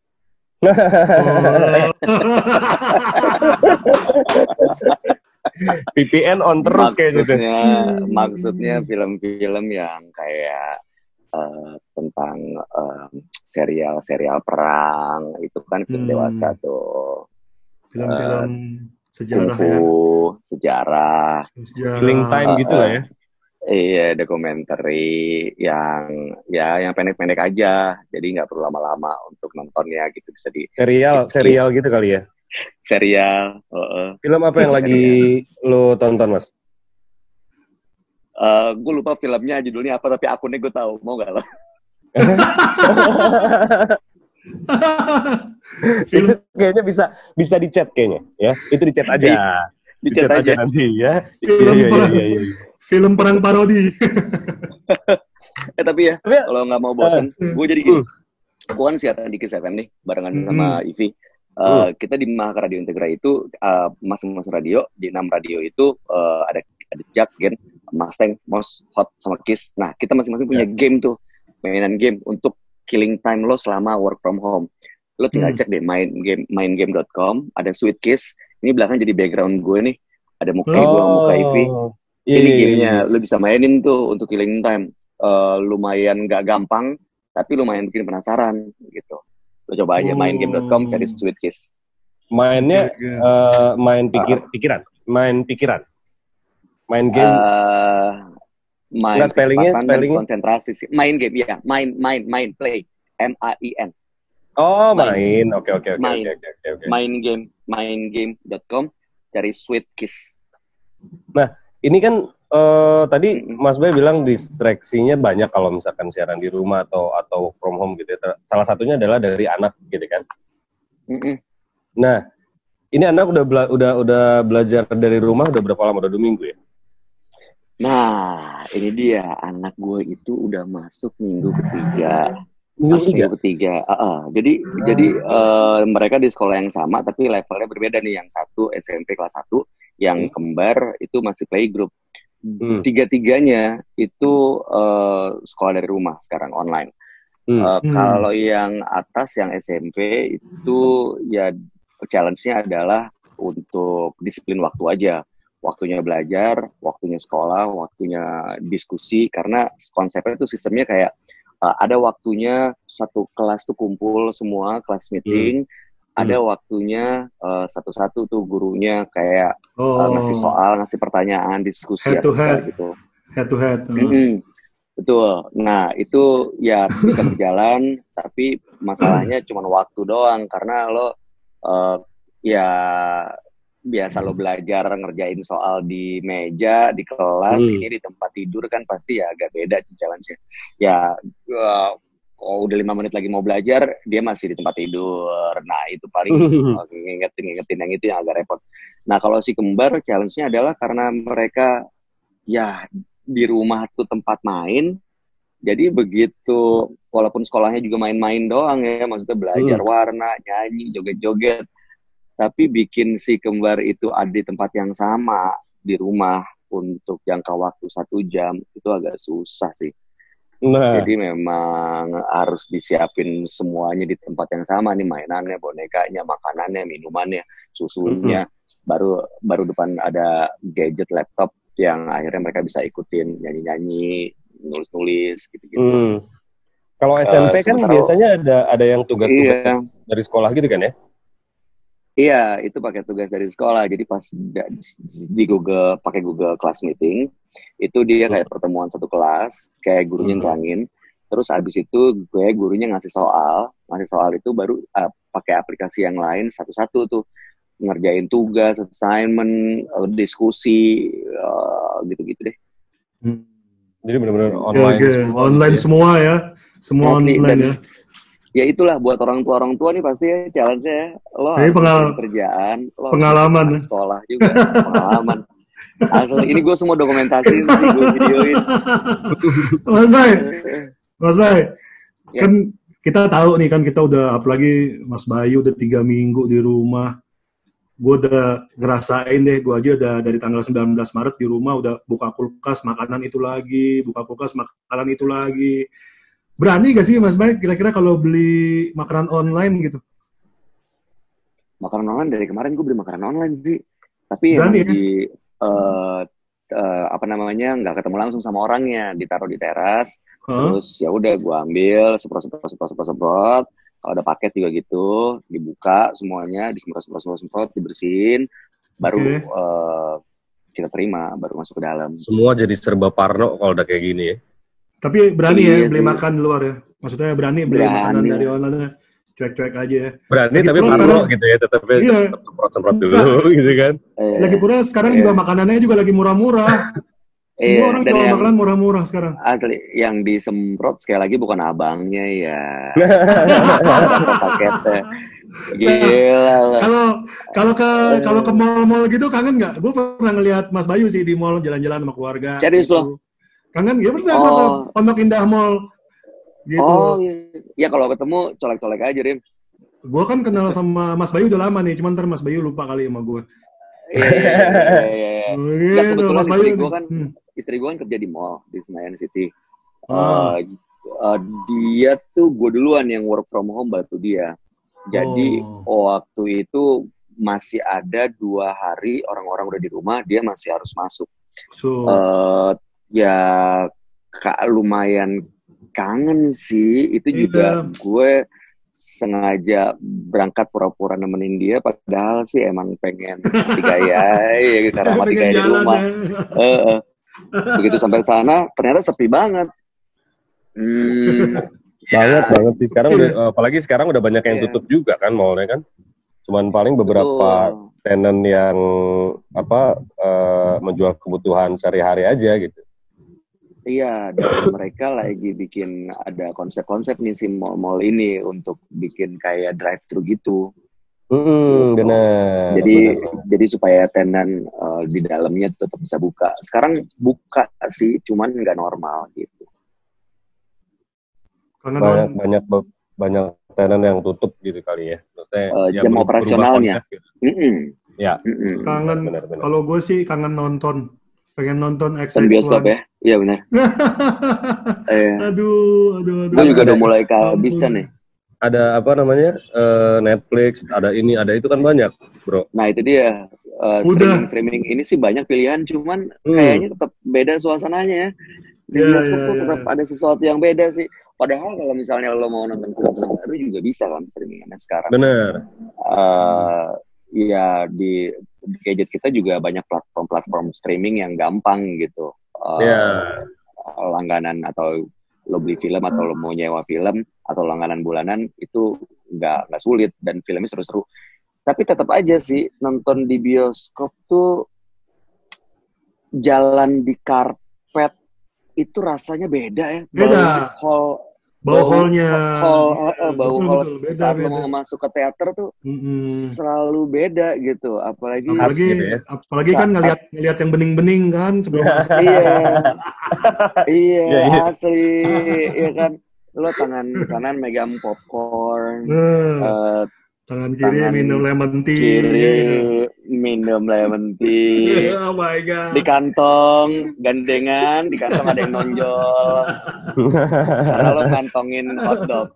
VPN on terus kayaknya. Maksudnya film-film yang kayak tentang serial perang, itu kan film dewasa tuh. Film-film sejarah kungfu, sejarah. Killing time gitu lah ya. Iya, dokumenter yang pendek-pendek aja, jadi nggak perlu lama-lama untuk nontonnya gitu, bisa di serial gitu kali ya. Serial. Film apa yang lagi lo tonton, Mas? Gue lupa filmnya, judulnya apa, tapi akunnya gue tahu. Mau nggak lo? Itu kayaknya bisa di chat kayaknya, ya. Itu di chat aja. Di chat aja nanti ya. Film perang parodi. Tapi kalau nggak mau bosen, gue jadi gini. Gue kan siaran di Kiss FM nih, barengan sama Ivi. Kita di Mahaka Radio Integra itu masing-masing radio, di 6 radio itu ada Jack, Gen, Mustang, Mos, Hot, sama Kiss. Nah, kita masing-masing punya game tuh, mainan game untuk killing time lo selama work from home. Lo tinggal cek deh maingame.com, ada Sweet Kiss. Ini belakang jadi background gue nih, ada muka gue sama muka Ivy. Ini gamenya lo bisa mainin tuh untuk killing time. Lumayan gak gampang, tapi lumayan bikin penasaran gitu. Lo coba aja maingame.com, cari Sweet Kiss. Mainnya main pikiran, main game. Main spellingnya konsentrasi sih. Main game ya, main play, MAIN. Oh, main. Oke. Maingame.com, cari Sweet Kiss. Nah, ini kan tadi Mas Bay bilang distraksinya banyak kalau misalkan siaran di rumah atau from home gitu ya. Salah satunya adalah dari anak gitu kan. Nah, ini anak udah belajar dari rumah udah berapa lama? Udah 2 minggu ya? Nah, ini dia, anak gue itu udah masuk minggu ketiga. Jadi mereka di sekolah yang sama tapi levelnya berbeda nih. Yang satu SMP kelas 1, yang kembar itu masih playgroup. 3-tiganya itu sekolah dari rumah sekarang online. Kalau yang atas, yang SMP itu ya challenge-nya adalah untuk disiplin waktu aja. Waktunya belajar, waktunya sekolah, waktunya diskusi, karena konsepnya itu sistemnya kayak ada waktunya satu kelas tuh kumpul semua, kelas meeting, ada waktunya satu-satu tuh gurunya kayak ngasih soal, ngasih pertanyaan, diskusi head to head gitu. Head to head. Betul. Nah, itu ya bisa berjalan, tapi masalahnya cuma waktu doang, karena lo ya biasa lo belajar ngerjain soal di meja, di kelas, ini di tempat tidur kan pasti ya agak beda challenge-nya. Ya, kalau udah 5 menit lagi mau belajar, dia masih di tempat tidur. Nah, itu paling ngingetin yang itu yang agak repot. Nah, kalau si kembar, challenge-nya adalah karena mereka ya di rumah tuh tempat main, jadi begitu, walaupun sekolahnya juga main-main doang ya, maksudnya belajar warna, nyanyi, joget-joget, tapi bikin si kembar itu ada di tempat yang sama di rumah untuk jangka waktu 1 jam itu agak susah sih. Nah. Jadi memang harus disiapin semuanya di tempat yang sama nih, mainannya, bonekanya, makanannya, minumannya, susunya. Baru depan ada gadget laptop yang akhirnya mereka bisa ikutin nyanyi-nyanyi, nulis-nulis gitu-gitu. Kalau SMP kan biasanya ada yang tugas-tugas dari sekolah gitu kan ya? Iya, itu pakai tugas dari sekolah. Jadi pas di pakai Google Class Meeting, itu dia kayak pertemuan satu kelas, kayak gurunya nerangin. Terus abis itu gurunya ngasih soal itu baru pakai aplikasi yang lain satu-satu tuh ngerjain tugas, assignment, diskusi, gitu-gitu deh. Jadi benar-benar online. Online semua ya, semua online ya. ya itulah buat orang tua nih pasti challenge-nya lo harus kerjaan, lo pengalaman sekolah juga, pengalaman. Asli ini gue semua dokumentasiin sih, gue videoin. Mas Bay, kan kita tahu nih kan kita udah, apalagi Mas Bayu udah 3 minggu di rumah. Gue udah ngerasain deh, gue aja udah dari tanggal 19 Maret di rumah udah buka kulkas makanan itu lagi, buka kulkas makanan itu lagi. Berani gak sih Mas Bay kira-kira kalau beli makanan online gitu? Makanan online dari kemarin gue beli makanan online sih, tapi berani, emang nggak ketemu langsung sama orangnya, ditaruh di teras, terus ya udah gue ambil semprot, kalau ada paket juga gitu, dibuka semuanya, disemprot, dibersihin, baru kita terima, baru masuk ke dalam. Semua jadi serba parno kalau udah kayak gini ya. Tapi berani ya beli makan di luar ya? Maksudnya berani beli makanan dari online, cuek-cuek aja ya. Berani tapi parno gitu ya, tetap semprot dulu gitu kan. Lagi pula sekarang juga makanannya juga lagi murah-murah. Semua orang jual makanan murah-murah sekarang. Asli, yang disemprot sekali lagi bukan abangnya ya. Paketnya. Gila. Kalau ke mall-mall gitu kangen nggak? Gue pernah ngeliat Mas Bayu sih di mall jalan-jalan sama keluarga. Serius loh? Kangen? Ya pernah ke Pondok Indah Mall. Gitu. Oh, ya kalau ketemu colek-colek aja, Rim. Gue kan kenal sama Mas Bayu udah lama nih, cuman ntar Mas Bayu lupa kali sama gue. Iya. Ya, kebetulan Mas Bayu istri gue kan kerja di mall di Senayan City. Dia tuh gue duluan yang work from home bantu dia. Jadi waktu itu masih ada 2 hari orang-orang udah di rumah, dia masih harus masuk. Ya lumayan kangen sih. Itu juga gue sengaja berangkat pura-pura nemenin dia, padahal sih emang pengen digaya ya, karena mati gaya di rumah. Begitu sampai sana ternyata sepi banget. Banget sih sekarang udah, apalagi sekarang udah banyak yang tutup juga kan mallnya kan. Cuman paling beberapa tenant yang menjual kebutuhan sehari-hari aja gitu. Iya, dan mereka lagi bikin ada konsep-konsep nih si mall ini untuk bikin kayak drive-thru gitu. Benar. Jadi supaya tenan di dalamnya tetap bisa buka. Sekarang buka sih, cuman nggak normal gitu. Banyak tenan yang tutup gitu kali ya. Maksudnya jam operasionalnya. Gitu. Ya. Kangen. Kalau gue sih kangen nonton. Pengen nonton XX1. Bioskop ya? Iya benar. Aduh. Gue juga udah mulai kehabisan nih. Ada Netflix, ada ini, ada itu kan banyak, bro. Nah itu dia. Streaming ini sih banyak pilihan, cuman kayaknya tetap beda suasananya ya. Di bioskop tuh tetap ada sesuatu yang beda sih. Padahal kalau misalnya lo mau nonton film baru juga bisa kan streamingannya sekarang. Bener. Ya di gadget kita juga banyak platform streaming yang gampang gitu. Langganan atau lo beli film atau lo mau nyewa film atau langganan bulanan itu nggak sulit dan filmnya seru-seru. Tapi tetap aja sih nonton di bioskop tuh jalan di karpet itu rasanya beda ya. Bau hallnya. Bau hall saat lo mau masuk ke teater tuh selalu beda gitu. Apalagi kan ngelihat yang bening-bening kan sebelum masuk. Iya, asli. Iya kan. Lo tangan kanan megang popcorn. Tangan kiri minum lemon tea. Oh my god. Di kantong gandengan, di kantong ada yang nonjol. Karena lo kantongin hotdog.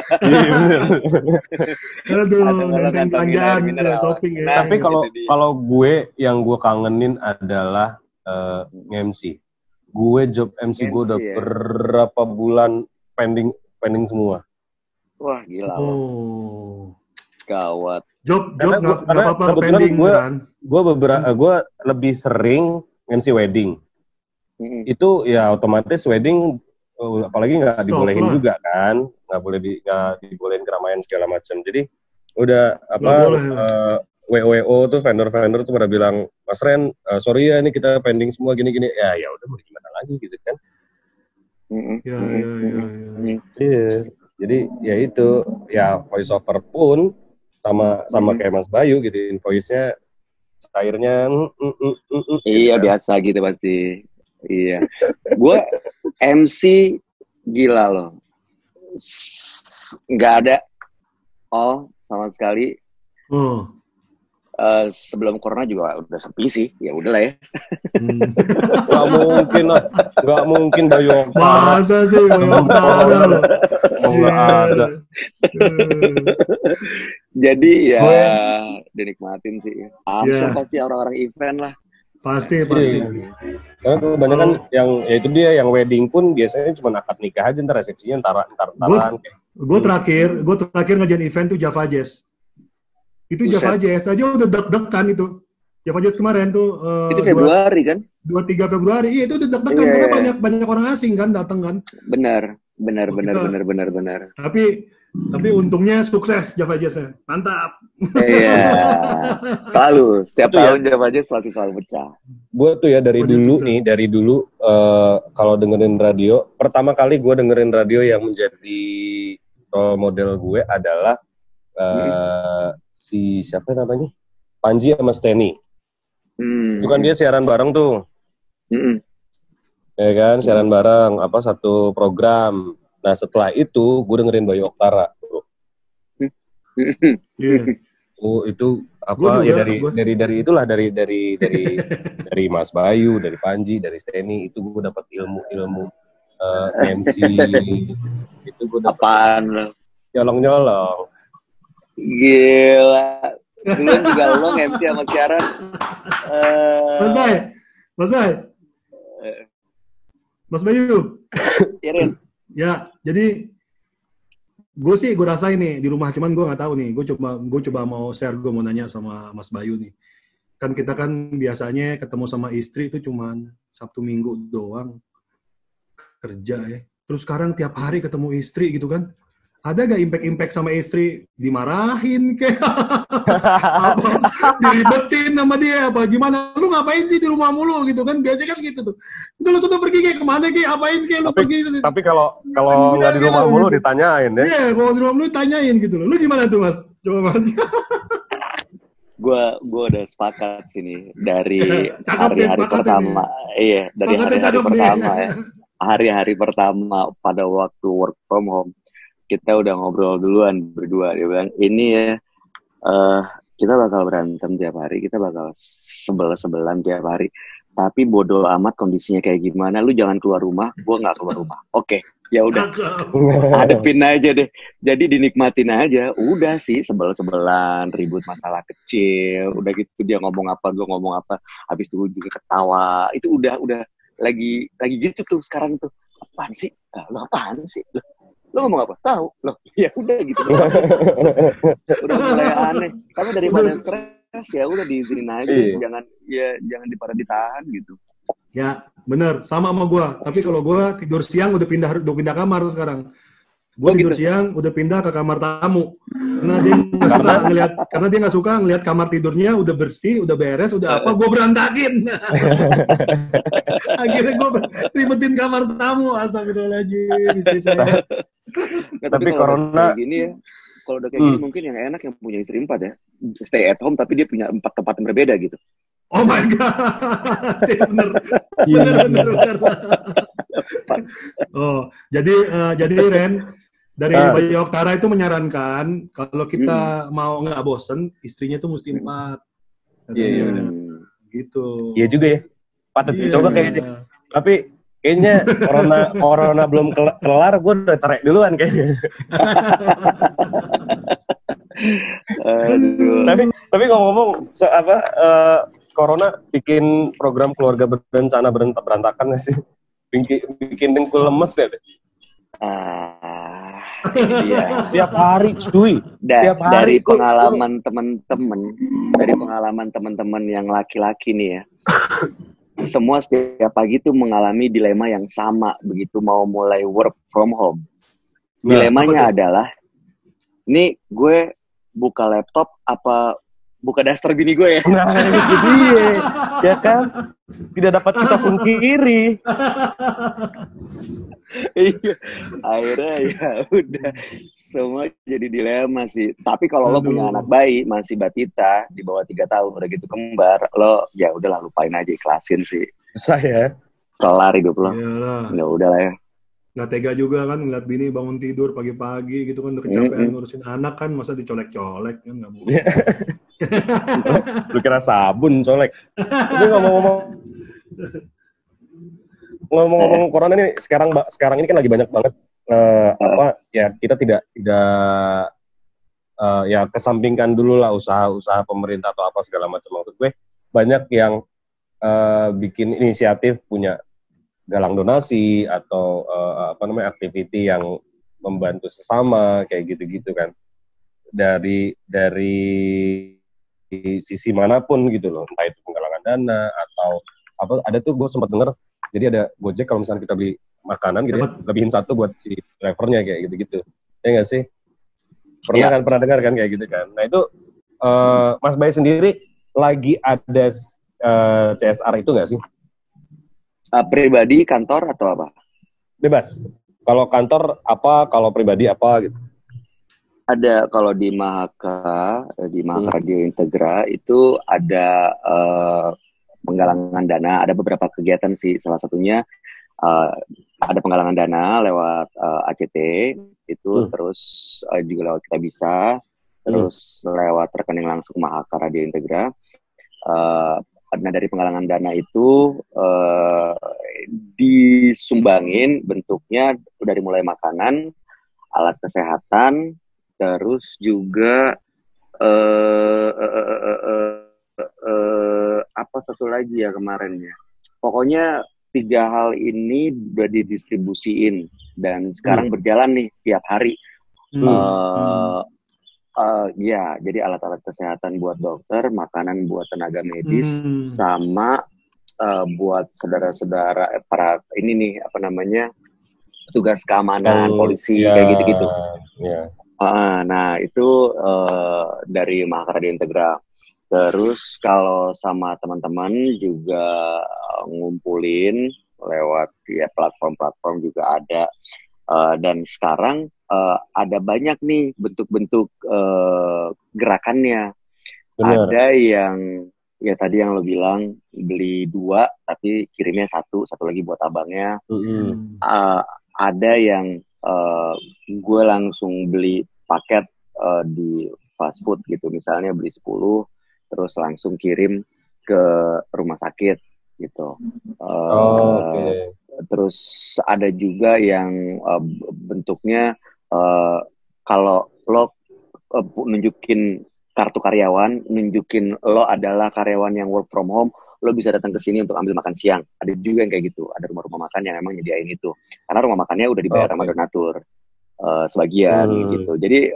Aduh, nenteng belanjaan, shopping ya. Tapi kalau gue yang gue kangenin adalah MC. Gue job MC gue udah berapa bulan pending semua. Wah gila lo. Gawat. Job nggak apa-apa pending kan? Gue lebih sering MC wedding. Itu ya otomatis wedding apalagi nggak dibolehin juga kan, nggak dibolehin keramaian segala macam. Jadi udah WO tuh vendor tuh pada bilang, Mas Ren, sorry ya ini kita pending semua gini-gini. Ya udah mau gimana lagi gitu kan? Iya. Jadi ya itu, ya voice over pun sama kayak Mas Bayu gitu, voice-nya cairnya iya gitu, biasa gitu pasti. Iya. Gue MC gila loh. Nggak ada sama sekali. Sebelum corona juga udah sepi sih, ya udahlah ya. Nggak mungkin Bayu Oktara. Masa sih Bayu Oktara loh. Nggak ada. Jadi ya dinikmatin sih. Pasti orang-orang event lah. Pasti. Karena kebanyakan yang ya itu dia, yang wedding pun biasanya cuma akad nikah aja, ntar resepsinya ntaran. Gue terakhir ngerjain event tuh Java Jazz. Itu Java Jazz aja udah deg-degan itu. Java Jazz kemarin tuh. Itu Februari kan? 23 Februari. Iya, itu udah deg-degan karena banyak orang asing kan datang kan. Benar. Tapi untungnya sukses Java Jazz-nya. Mantap. Iya. Selalu setiap tahun Java Jazz pasti selalu pecah. Gue tuh ya dari dulu kalau dengerin radio, pertama kali gue dengerin radio yang menjadi model gue adalah si siapa namanya? Panji sama Steny. Itu kan dia siaran bareng tuh. Ya kan, siaran bareng satu program. Nah, setelah itu gue dengerin Bayu Oktara, bro. Itu dari Mas Bayu, dari Panji, dari Steny, itu gue dapat ilmu MC. Itu gue dapat apaan? Nyolong. Gila. Dulu juga lo MC sama siaran. Mas Bayu. Irin. Ya, jadi gue rasain nih di rumah, cuman gue nggak tahu nih. Gue coba mau share, gue mau nanya sama Mas Bayu nih. Kan kita kan biasanya ketemu sama istri itu cuman Sabtu Minggu doang kerja ya. Terus sekarang tiap hari ketemu istri gitu kan. Ada gak impact sama istri? Dimarahin kayak apa? Diribetin sama dia apa gimana? Lu ngapain sih di rumah mulu gitu kan? Biasanya kan gitu tuh. Itu lu sudah pergi kayak kemana kayak apain kayak lu pergi gitu. Tapi kalau nggak di rumah mulu ditanyain ya. Iya, kalau di rumah mulu ditanyain gitu loh. Lu gimana tuh, Mas? Coba Mas. Gue udah sepakat sini dari hari-hari pertama. Iya, dari hari-hari pertama ya. Hari-hari pertama pada waktu work from home. Kita udah ngobrol duluan berdua, dia bilang ini ya kita bakal berantem tiap hari, kita bakal sebel-sebelan tiap hari, tapi bodoh amat kondisinya kayak gimana, lu jangan keluar rumah, gue nggak keluar rumah. Oke, ya udah, hadepin aja deh, jadi dinikmatin aja. Udah sih sebel-sebelan, ribut masalah kecil, udah gitu dia ngomong apa, gue ngomong apa, habis itu juga ketawa, itu udah lagi gitu tuh sekarang tuh. Apaan sih? Lo apaan sih? Lo ngomong apa? Tahu? Loh, ya udah gitu. Udah mulai aneh. Kamu daripada stres ya udah diizinin aja, jangan ditahan gitu. Ya, bener, sama gua. Tapi kalau gua tidur siang udah pindah kamar tuh sekarang. Gua tidur siang udah pindah ke kamar tamu. Karena dia nggak suka ngelihat kamar tidurnya udah bersih, udah beres, udah apa, gua berantakin. Akhirnya gua ribetin kamar tamu. Astagfirullahaladzim, istri saya. Tapi corona kayak gini ya, kalau udah kayak gini mungkin yang enak yang punya istri 4 ya, stay at home tapi dia punya 4 tempat yang berbeda gitu. Oh my god, bener. Oh, jadi Ren dari Bayu Oktara itu menyarankan kalau kita mau nggak bosen, istrinya tuh mesti 4. Iya. Gitu. Iya juga ya. Patut dicoba kayaknya. Tapi kayaknya corona belum kelar, gue udah cerai duluan kayaknya. Tapi ngomong-ngomong corona bikin program keluarga berencana berantakan nggak sih? Bikin dengkul lemes ya deh. Iya. Tiap hari cuy. Dari pengalaman teman-teman yang laki-laki nih ya. Semua setiap pagi tuh mengalami dilema yang sama begitu mau mulai work from home. Dilemanya adalah, ini gue buka laptop apa buka daster bini gue ya. Nah, itu dia, ya kan? Tidak dapat kita pungkiri. Iya, akhirnya ya udah semua jadi dilema sih. Tapi kalau lo punya anak bayi masih batita di bawah 3 tahun udah gitu kembar, lo ya udahlah lupain aja, ikhlasin sih. Susah ya. Kelar hidup lo. Iyalah. Ya udah lah ya. Nggak tega juga kan ngeliat bini bangun tidur pagi-pagi gitu kan udah kecapean ngurusin anak kan, masa dicolek-colek kan nggak mungkin. Lu kira sabun colek. Tapi ngomong corona ini sekarang ini kan lagi banyak banget kita tidak ya kesampingkan dulu lah usaha pemerintah atau apa segala macam. Maksud gue banyak yang bikin inisiatif punya galang donasi atau activity yang membantu sesama kayak gitu-gitu kan, dari sisi manapun gitu loh, entah itu penggalangan dana atau apa. Ada tuh gue sempat denger, jadi ada Gojek kalau misalnya kita beli makanan gitu ya, lebihin 1 buat si drivernya kayak gitu-gitu, ya nggak sih? Pernah dengar kan kayak gitu kan? Nah itu Mas Bay sendiri lagi ada CSR itu nggak sih? Pribadi, kantor, atau apa? Bebas. Kalau kantor apa, kalau pribadi apa gitu? Ada, kalau di Mahaka Radio Integra itu ada penggalangan dana, ada beberapa kegiatan sih. Salah satunya ada penggalangan dana lewat ACT itu, terus juga lewat Kita Bisa, terus lewat rekening langsung Mahaka Radio Integra. Nah, dari penggalangan dana itu disumbangin bentuknya dari mulai makanan, alat kesehatan, terus juga apa satu lagi ya kemarinnya. Pokoknya 3 hal ini udah didistribusiin dan sekarang berjalan nih tiap hari. Ya, jadi alat-alat kesehatan buat dokter, makanan buat tenaga medis, sama buat saudara-saudara para ini nih petugas keamanan, polisi kayak gitu-gitu. Yeah. Nah itu dari Mahaka Radio Integra. Terus kalau sama teman-teman juga ngumpulin lewat ya platform-platform juga ada. Dan sekarang ada banyak nih bentuk-bentuk gerakannya. Bener. Ada yang ya tadi yang lo bilang beli 2 tapi kirimnya 1 lagi buat abangnya. Ada yang gue langsung beli paket di fast food gitu, misalnya beli 10 terus langsung kirim ke rumah sakit gitu. Okay. Terus ada juga yang bentuknya kalau lo nunjukin kartu karyawan, nunjukin lo adalah karyawan yang work from home, lo bisa datang ke sini untuk ambil makan siang. Ada juga yang kayak gitu, ada rumah-rumah makan yang emang nyediain itu, karena rumah makannya udah dibayar sama donatur sebagian gitu. Jadi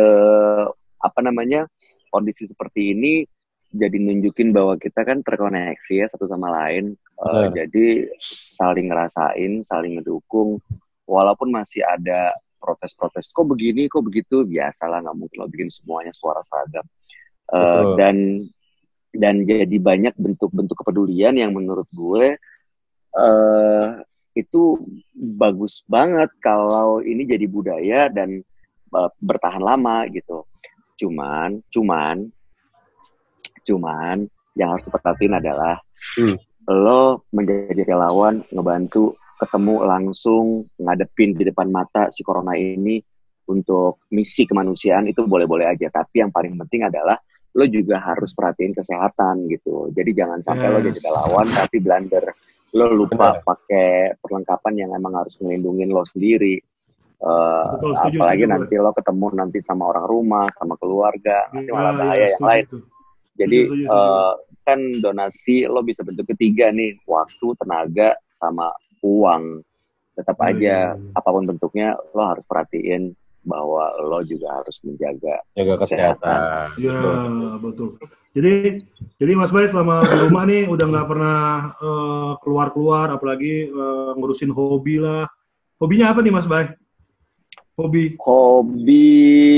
kondisi seperti ini jadi nunjukin bahwa kita kan terkoneksi ya satu sama lain. Jadi saling ngerasain, saling ngedukung, walaupun masih ada protes-protes, kok begini, kok begitu, biasalah, nggak mungkin lo bikin semuanya suara seragam. Dan jadi banyak bentuk-bentuk kepedulian yang menurut gue itu bagus banget kalau ini jadi budaya dan bertahan lama gitu. Cuman yang harus diperhatiin adalah lo menjadi relawan, ngebantu, ketemu langsung, ngadepin di depan mata si corona ini untuk misi kemanusiaan, itu boleh-boleh aja. Tapi yang paling penting adalah lo juga harus perhatiin kesehatan gitu. Jadi jangan sampai lo jadi relawan tapi blunder. Lo lupa pakai perlengkapan yang emang harus ngelindungin lo sendiri. Apalagi nanti lo ketemu nanti sama orang rumah, sama keluarga, nanti malah bahaya yang lain. Jadi kan donasi lo bisa bentuk ketiga nih, waktu, tenaga, sama uang. Tetap aja apapun bentuknya lo harus perhatiin bahwa lo juga harus menjaga kesehatan. Iya, betul. Jadi Mas Bay selama di rumah nih udah nggak pernah keluar-keluar, apalagi ngurusin hobi lah. Hobinya apa nih Mas Bay? Hobi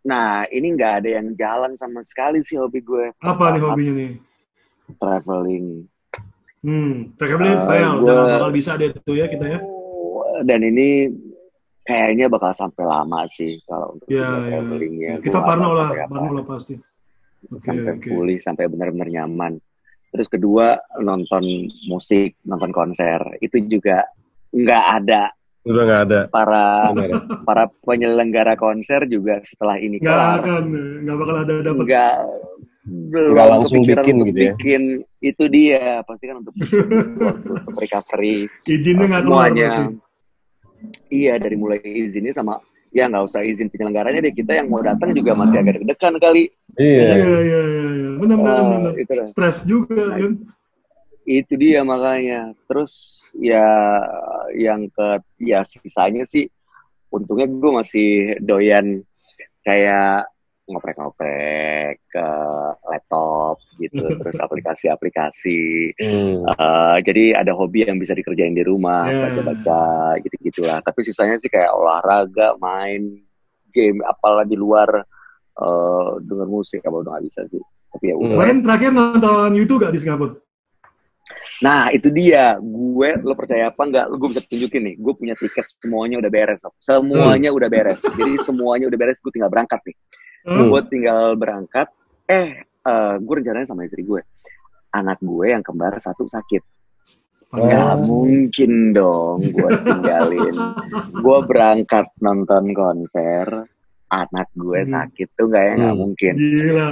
Nah, ini nggak ada yang jalan sama sekali sih hobi gue. Apa nih hobinya nih? Traveling. Traveling fail. Udah gak bakal bisa deh itu ya kita ya. Dan ini kayaknya bakal sampai lama sih kalau untuk travelingnya. Kita parno lah pasti. Sampai pulih, sampai benar-benar nyaman. Terus kedua, nonton musik, nonton konser. Itu juga nggak ada. Udah nggak ada. Para penyelenggara konser juga setelah ini kelar. Nggak bakal ada dapat. Nggak langsung bikin gitu ya. Bikin itu dia pasti kan untuk recovery. Izinnya nggak semuanya. Iya, dari mulai izinnya sama ya nggak usah izin penyelenggaranya deh, kita yang mau datang juga masih agak deg-degan kali. Iya. Benar. Stres juga kan. Itu dia makanya. Terus ya yang sisanya sih untungnya gue masih doyan kayak ngoprek-ngoprek ke laptop gitu, terus aplikasi-aplikasi. Jadi ada hobi yang bisa dikerjain di rumah, baca-baca gitu-gitulah. Tapi sisanya sih kayak olahraga, main game, apalah di luar denger musik apa udah nggak bisa sih. Tapi ya udah. Kemarin terakhir nonton YouTube gak di Singapura? Nah itu dia, lo percaya apa nggak? Gue bisa tunjukin nih, gue punya tiket semuanya udah beres, semuanya udah beres. Jadi semuanya udah beres, gue tinggal berangkat nih. Gue tinggal berangkat. Gue rencananya sama istri gue, anak gue yang kembar satu sakit. Nggak mungkin dong gue tinggalin. Gue berangkat nonton konser, anak gue sakit tuh nggak mungkin. Gila.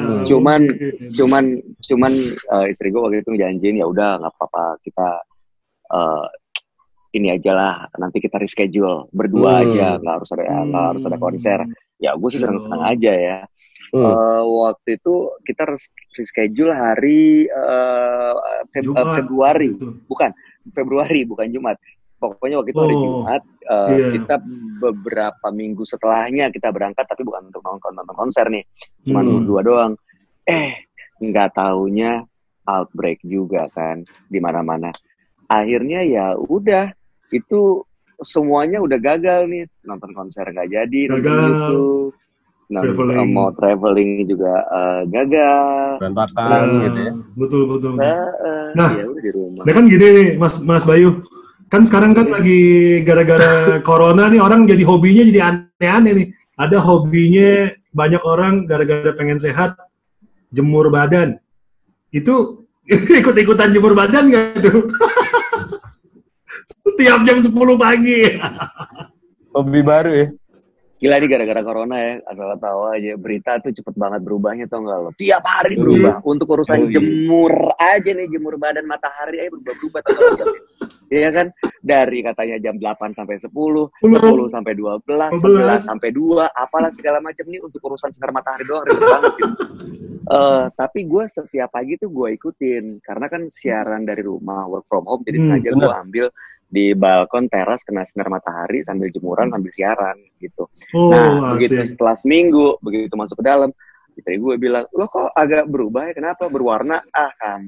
Cuman istri gue waktu itu janjiin ya udah nggak apa-apa, kita ini aja lah, nanti kita reschedule berdua aja, nggak harus ada konser. Ya gue sih senang aja ya. Waktu itu kita reschedule hari Februari, bukan Jumat. Pokoknya waktu itu hari Jumat, kita beberapa minggu setelahnya kita berangkat, tapi bukan untuk nonton konser nih, cuma berdua doang. Nggak taunya outbreak juga kan di mana-mana. Akhirnya ya udah, itu semuanya udah gagal nih, nonton konser nggak jadi, nonton YouTube, mau traveling juga gagal, berantakan gitu ya. Betul. Nah, ya udah di rumah. Nah kan gini nih, Mas Bayu, kan sekarang kan lagi gara-gara corona nih orang jadi hobinya jadi aneh-aneh nih. Ada hobinya banyak orang gara-gara pengen sehat, jemur badan. Itu ikut-ikutan jemur badan nggak tuh? Setiap jam 10 pagi. Hobi baru ya? Gila nih gara-gara corona ya, asal tahu aja, berita tuh cepet banget berubahnya, tau nggak lo? Tiap hari berubah. Untuk urusan jemur aja nih, jemur badan matahari aja berubah-berubah. Iya kan? Dari katanya jam 8 sampai 10, 10 sampai 12, 11 sampai 2, apalah segala macam nih untuk urusan sinar matahari doang, ribet banget gitu. Tapi gue setiap pagi tuh gue ikutin, karena kan siaran dari rumah, work from home, jadi sengaja gue ambil di balkon teras kena sinar matahari sambil jemuran sambil siaran gitu. Begitu setelah seminggu, begitu masuk ke dalam, istri gue bilang, lo kok agak berubah ya, kenapa? Berwarna? Kan.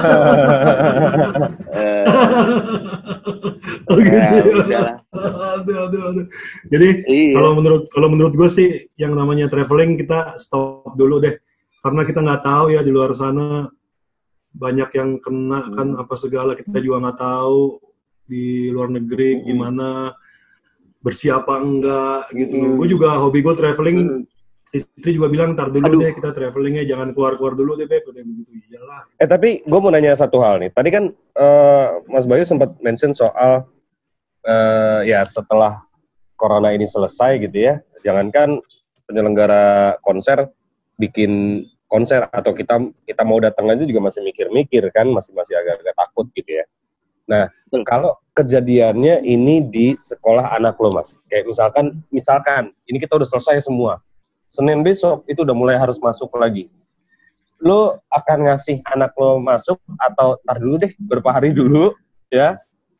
Udahlah. Aduh. Jadi kalau menurut gue sih yang namanya traveling kita stop dulu deh, karena kita nggak tahu ya di luar sana banyak yang kena kan apa segala, kita juga nggak tahu di luar negeri gimana, bersih apa enggak gitu. Gue juga hobi gue traveling. Istri juga bilang, ntar dulu deh kita travelingnya, jangan keluar-keluar dulu deh, Beb. Udah begitu, iyalah. Tapi gue mau nanya satu hal nih. Tadi kan Mas Bayu sempat mention soal ya setelah corona ini selesai gitu ya, jangankan penyelenggara konser bikin konser atau kita mau datang aja juga masih mikir-mikir kan, masih agak-agak takut gitu ya. Nah, kalau kejadiannya ini di sekolah anak lo, Mas. Kayak misalkan ini kita udah selesai semua. Senin besok itu udah mulai harus masuk lagi. Lo akan ngasih anak lo masuk atau tar dulu deh beberapa hari dulu ya.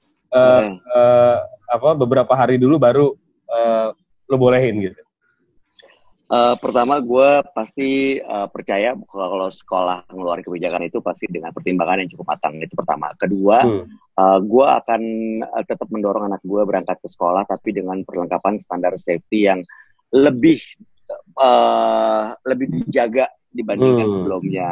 Beberapa hari dulu baru lo bolehin gitu. Pertama gue pasti percaya kalau sekolah ngeluarin kebijakan itu pasti dengan pertimbangan yang cukup matang, itu pertama. Kedua, gue akan tetap mendorong anak gue berangkat ke sekolah tapi dengan perlengkapan standar safety yang lebih lebih dijaga dibandingkan sebelumnya.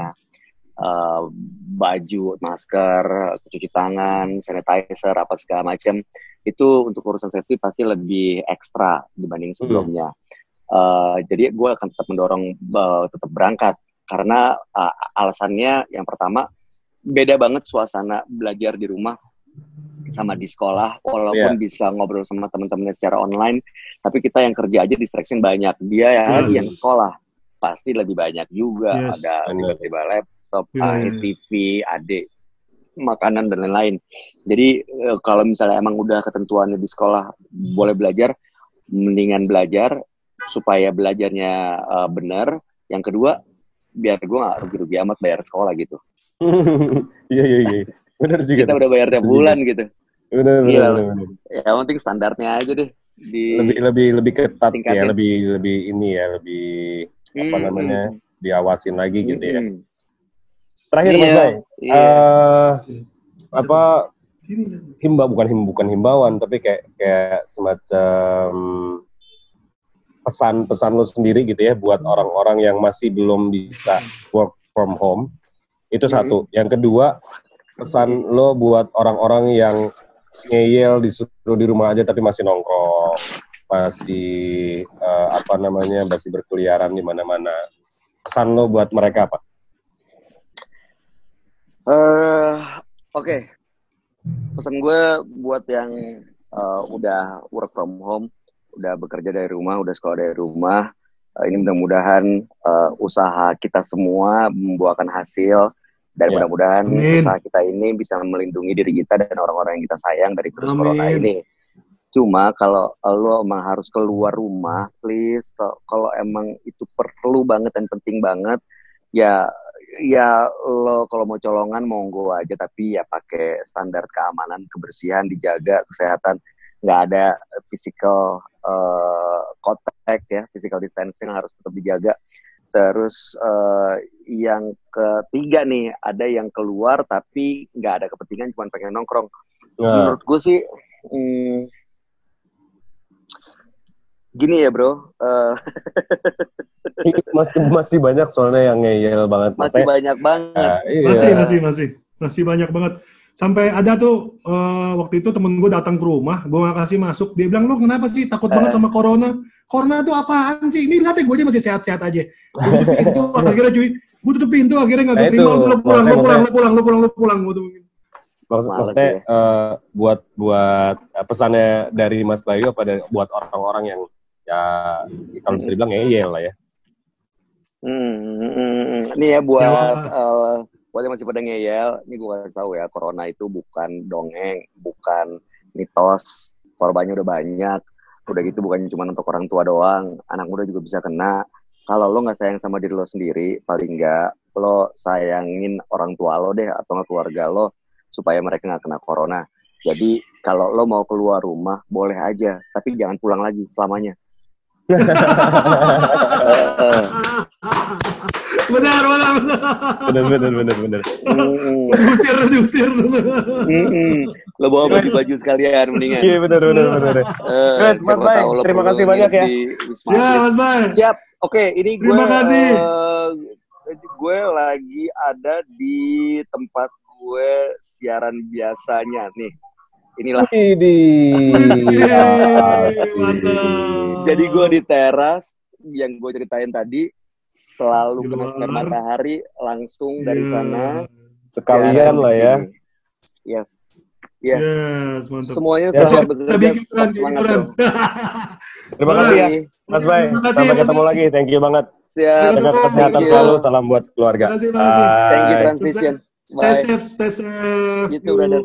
Baju, masker, cuci tangan, sanitizer, apa segala macam itu untuk urusan safety pasti lebih ekstra dibanding sebelumnya. Jadi gue akan tetap mendorong tetap berangkat karena alasannya yang pertama beda banget suasana belajar di rumah sama di sekolah, walaupun bisa ngobrol sama teman-temannya secara online, tapi kita yang kerja aja distraction banyak. Dia yang sekolah pasti lebih banyak juga, ada tiba-tiba laptop, TV, adik, makanan dan lain-lain. Jadi kalau misalnya emang udah ketentuannya di sekolah boleh belajar, mendingan belajar supaya belajarnya benar. Yang kedua, biar gue nggak rugi-rugi amat bayar sekolah gitu. Iya. Benar juga. Kita udah bayar tiap bulan gitu. Benar. Ya penting standarnya aja deh. Lebih ketat ya, lebih ini ya, lebih apa namanya, diawasin lagi gitu ya. Terakhir Mas Bay, apa bukan himbauan tapi kayak semacam pesan lo sendiri gitu ya buat orang-orang yang masih belum bisa work from home. Itu satu. Yang kedua, pesan lo buat orang-orang yang ngeyel disuruh di rumah aja tapi masih nongkrong, masih masih berkeliaran di mana-mana. Pesan lo buat mereka apa? Oke. Pesan gue buat yang udah work from home, udah bekerja dari rumah, udah sekolah dari rumah, ini mudah-mudahan usaha kita semua membuahkan hasil. Dan mudah-mudahan usaha kita ini bisa melindungi diri kita dan orang-orang yang kita sayang dari virus corona ini. Cuma kalau lo emang harus keluar rumah, please, kalau emang itu perlu banget dan penting banget, ya lo kalau mau colongan monggo aja, tapi ya pakai standar keamanan, kebersihan dijaga, kesehatan, nggak ada physical contact ya, physical distancing harus tetap dijaga. Terus yang ketiga nih, ada yang keluar tapi nggak ada kepentingan, cuma pengen nongkrong. Menurut gue sih, gini ya bro. Masih banyak soalnya yang ngeyel banget. Masih banyak banget. Masih banyak banget. Sampai ada tuh waktu itu temen gue datang ke rumah, gue gak kasih masuk. Dia bilang, lo kenapa sih takut banget sama corona? Corona tuh apaan sih? Ini lihat ya, gue aja masih sehat-sehat aja. Gue tutup pintu, akhirnya gak gue terima. Lo pulang. Maksudnya buat pesannya dari Mas Bayu apa buat orang-orang yang ya kalau bisa dibilang ngeyel lah ya. Ini ya buat yang masih pada ngeyel, ini gue kasih tahu ya, corona itu bukan dongeng, bukan mitos, korbannya udah banyak, udah gitu bukan cuma untuk orang tua doang, anak muda juga bisa kena. Kalau lo nggak sayang sama diri lo sendiri, paling nggak lo sayangin orang tua lo deh, atau nggak keluarga lo, supaya mereka nggak kena corona. Jadi kalau lo mau keluar rumah, boleh aja, tapi jangan pulang lagi selamanya. Benar. Diusir. Lo bawa baju sekalian mendingan. Iya benar. Guys, Mas Bay, terima kasih banyak ya. Ya, Mas Bay. Siap. Oke, ini gue. Terima kasih. Gue lagi ada di tempat gue siaran biasanya nih. Inilah. Jadi gue di teras yang gue ceritain tadi, selalu kena sinar matahari langsung dari sana. Sekalian lah ya. Yes, mantap. Semuanya selalu bekerja semangat. Terima kasih ya, Mas Bay. Sampai ketemu lagi. Thank you banget. Siap. Jaga kesehatan selalu. Salam buat keluarga. Thank you Transvision. Stay safe. Gitu, brother.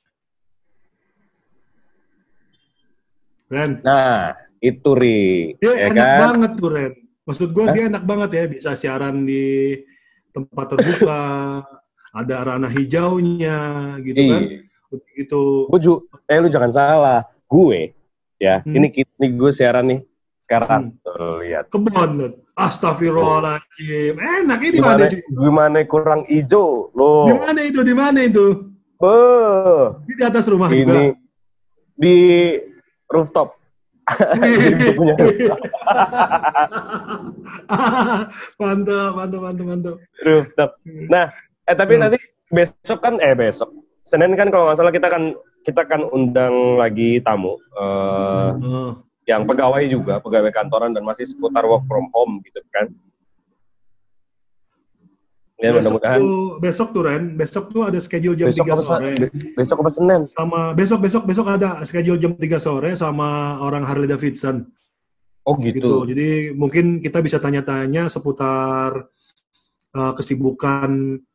Ren. Nah, itu Ri. Dia enak banget tuh, Ren. Maksud gue dia enak banget ya, bisa siaran di tempat terbuka, ada ranah hijaunya, gitu kan. Gitu. Lu jangan salah. Gue, ya, ini gue siaran nih. Sekarang, lihat. Kebon, astagfirullahaladzim. Enak ini gimana kurang hijau, loh. Di mana itu? Di atas rumah ini juga. Di rooftop. Mantap. Rooftop. Nah, tapi nanti besok Senin kan kalau nggak salah kita kan undang lagi tamu yang pegawai kantoran dan masih seputar work from home gitu kan. Ya, mudah-mudahan besok tuh ada schedule jam 3 sore. Besok apa Senin? Sama besok ada schedule jam 3 sore sama orang Harley Davidson. Oh gitu. Jadi mungkin kita bisa tanya-tanya seputar kesibukan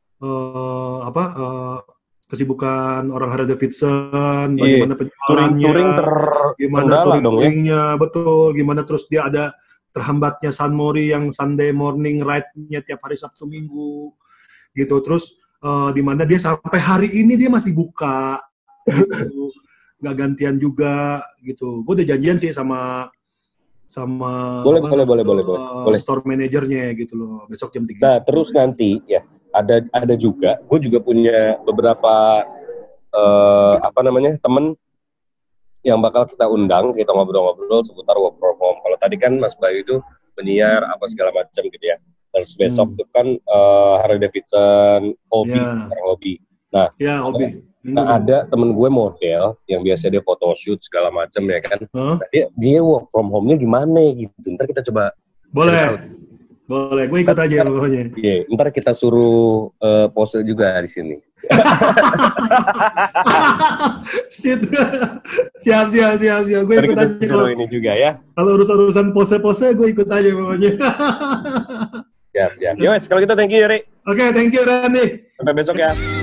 kesibukan orang Harley Davidson, bagaimana penjualannya, gimana touringnya, betul, gimana terus dia ada terhambatnya San Mori yang Sunday morning ride-nya tiap hari Sabtu Minggu, gitu. Terus di mana dia sampai hari ini dia masih buka, gitu. Nggak gantian juga, gitu. Gue udah janjian sih sama boleh. Store manajernya gitu loh, besok jam 3. Nah, terus nanti ya ada juga, gue juga punya beberapa temen yang bakal kita undang, kita ngobrol-ngobrol seputar work from home. Kalau tadi kan Mas Bayu itu penyiar apa segala macam gitu ya. Terus besok itu kan Harley Davidson, hobi. Nah, ya, hobi. Nah, ada temen gue model yang biasa dia photoshoot segala macam ya kan. Nah, dia work from home-nya gimana gitu. Ntar kita coba. Boleh, gue ikut aja pokoknya. Iya, ntar kita suruh pose juga di sini. Siap. Gue ikut aja. Suruh ini juga ya. Kalau urusan pose-pose, gue ikut aja pokoknya. Siap. Yowes, kalau gitu thank you, Ri. Oke, thank you, Randy. Sampai besok ya.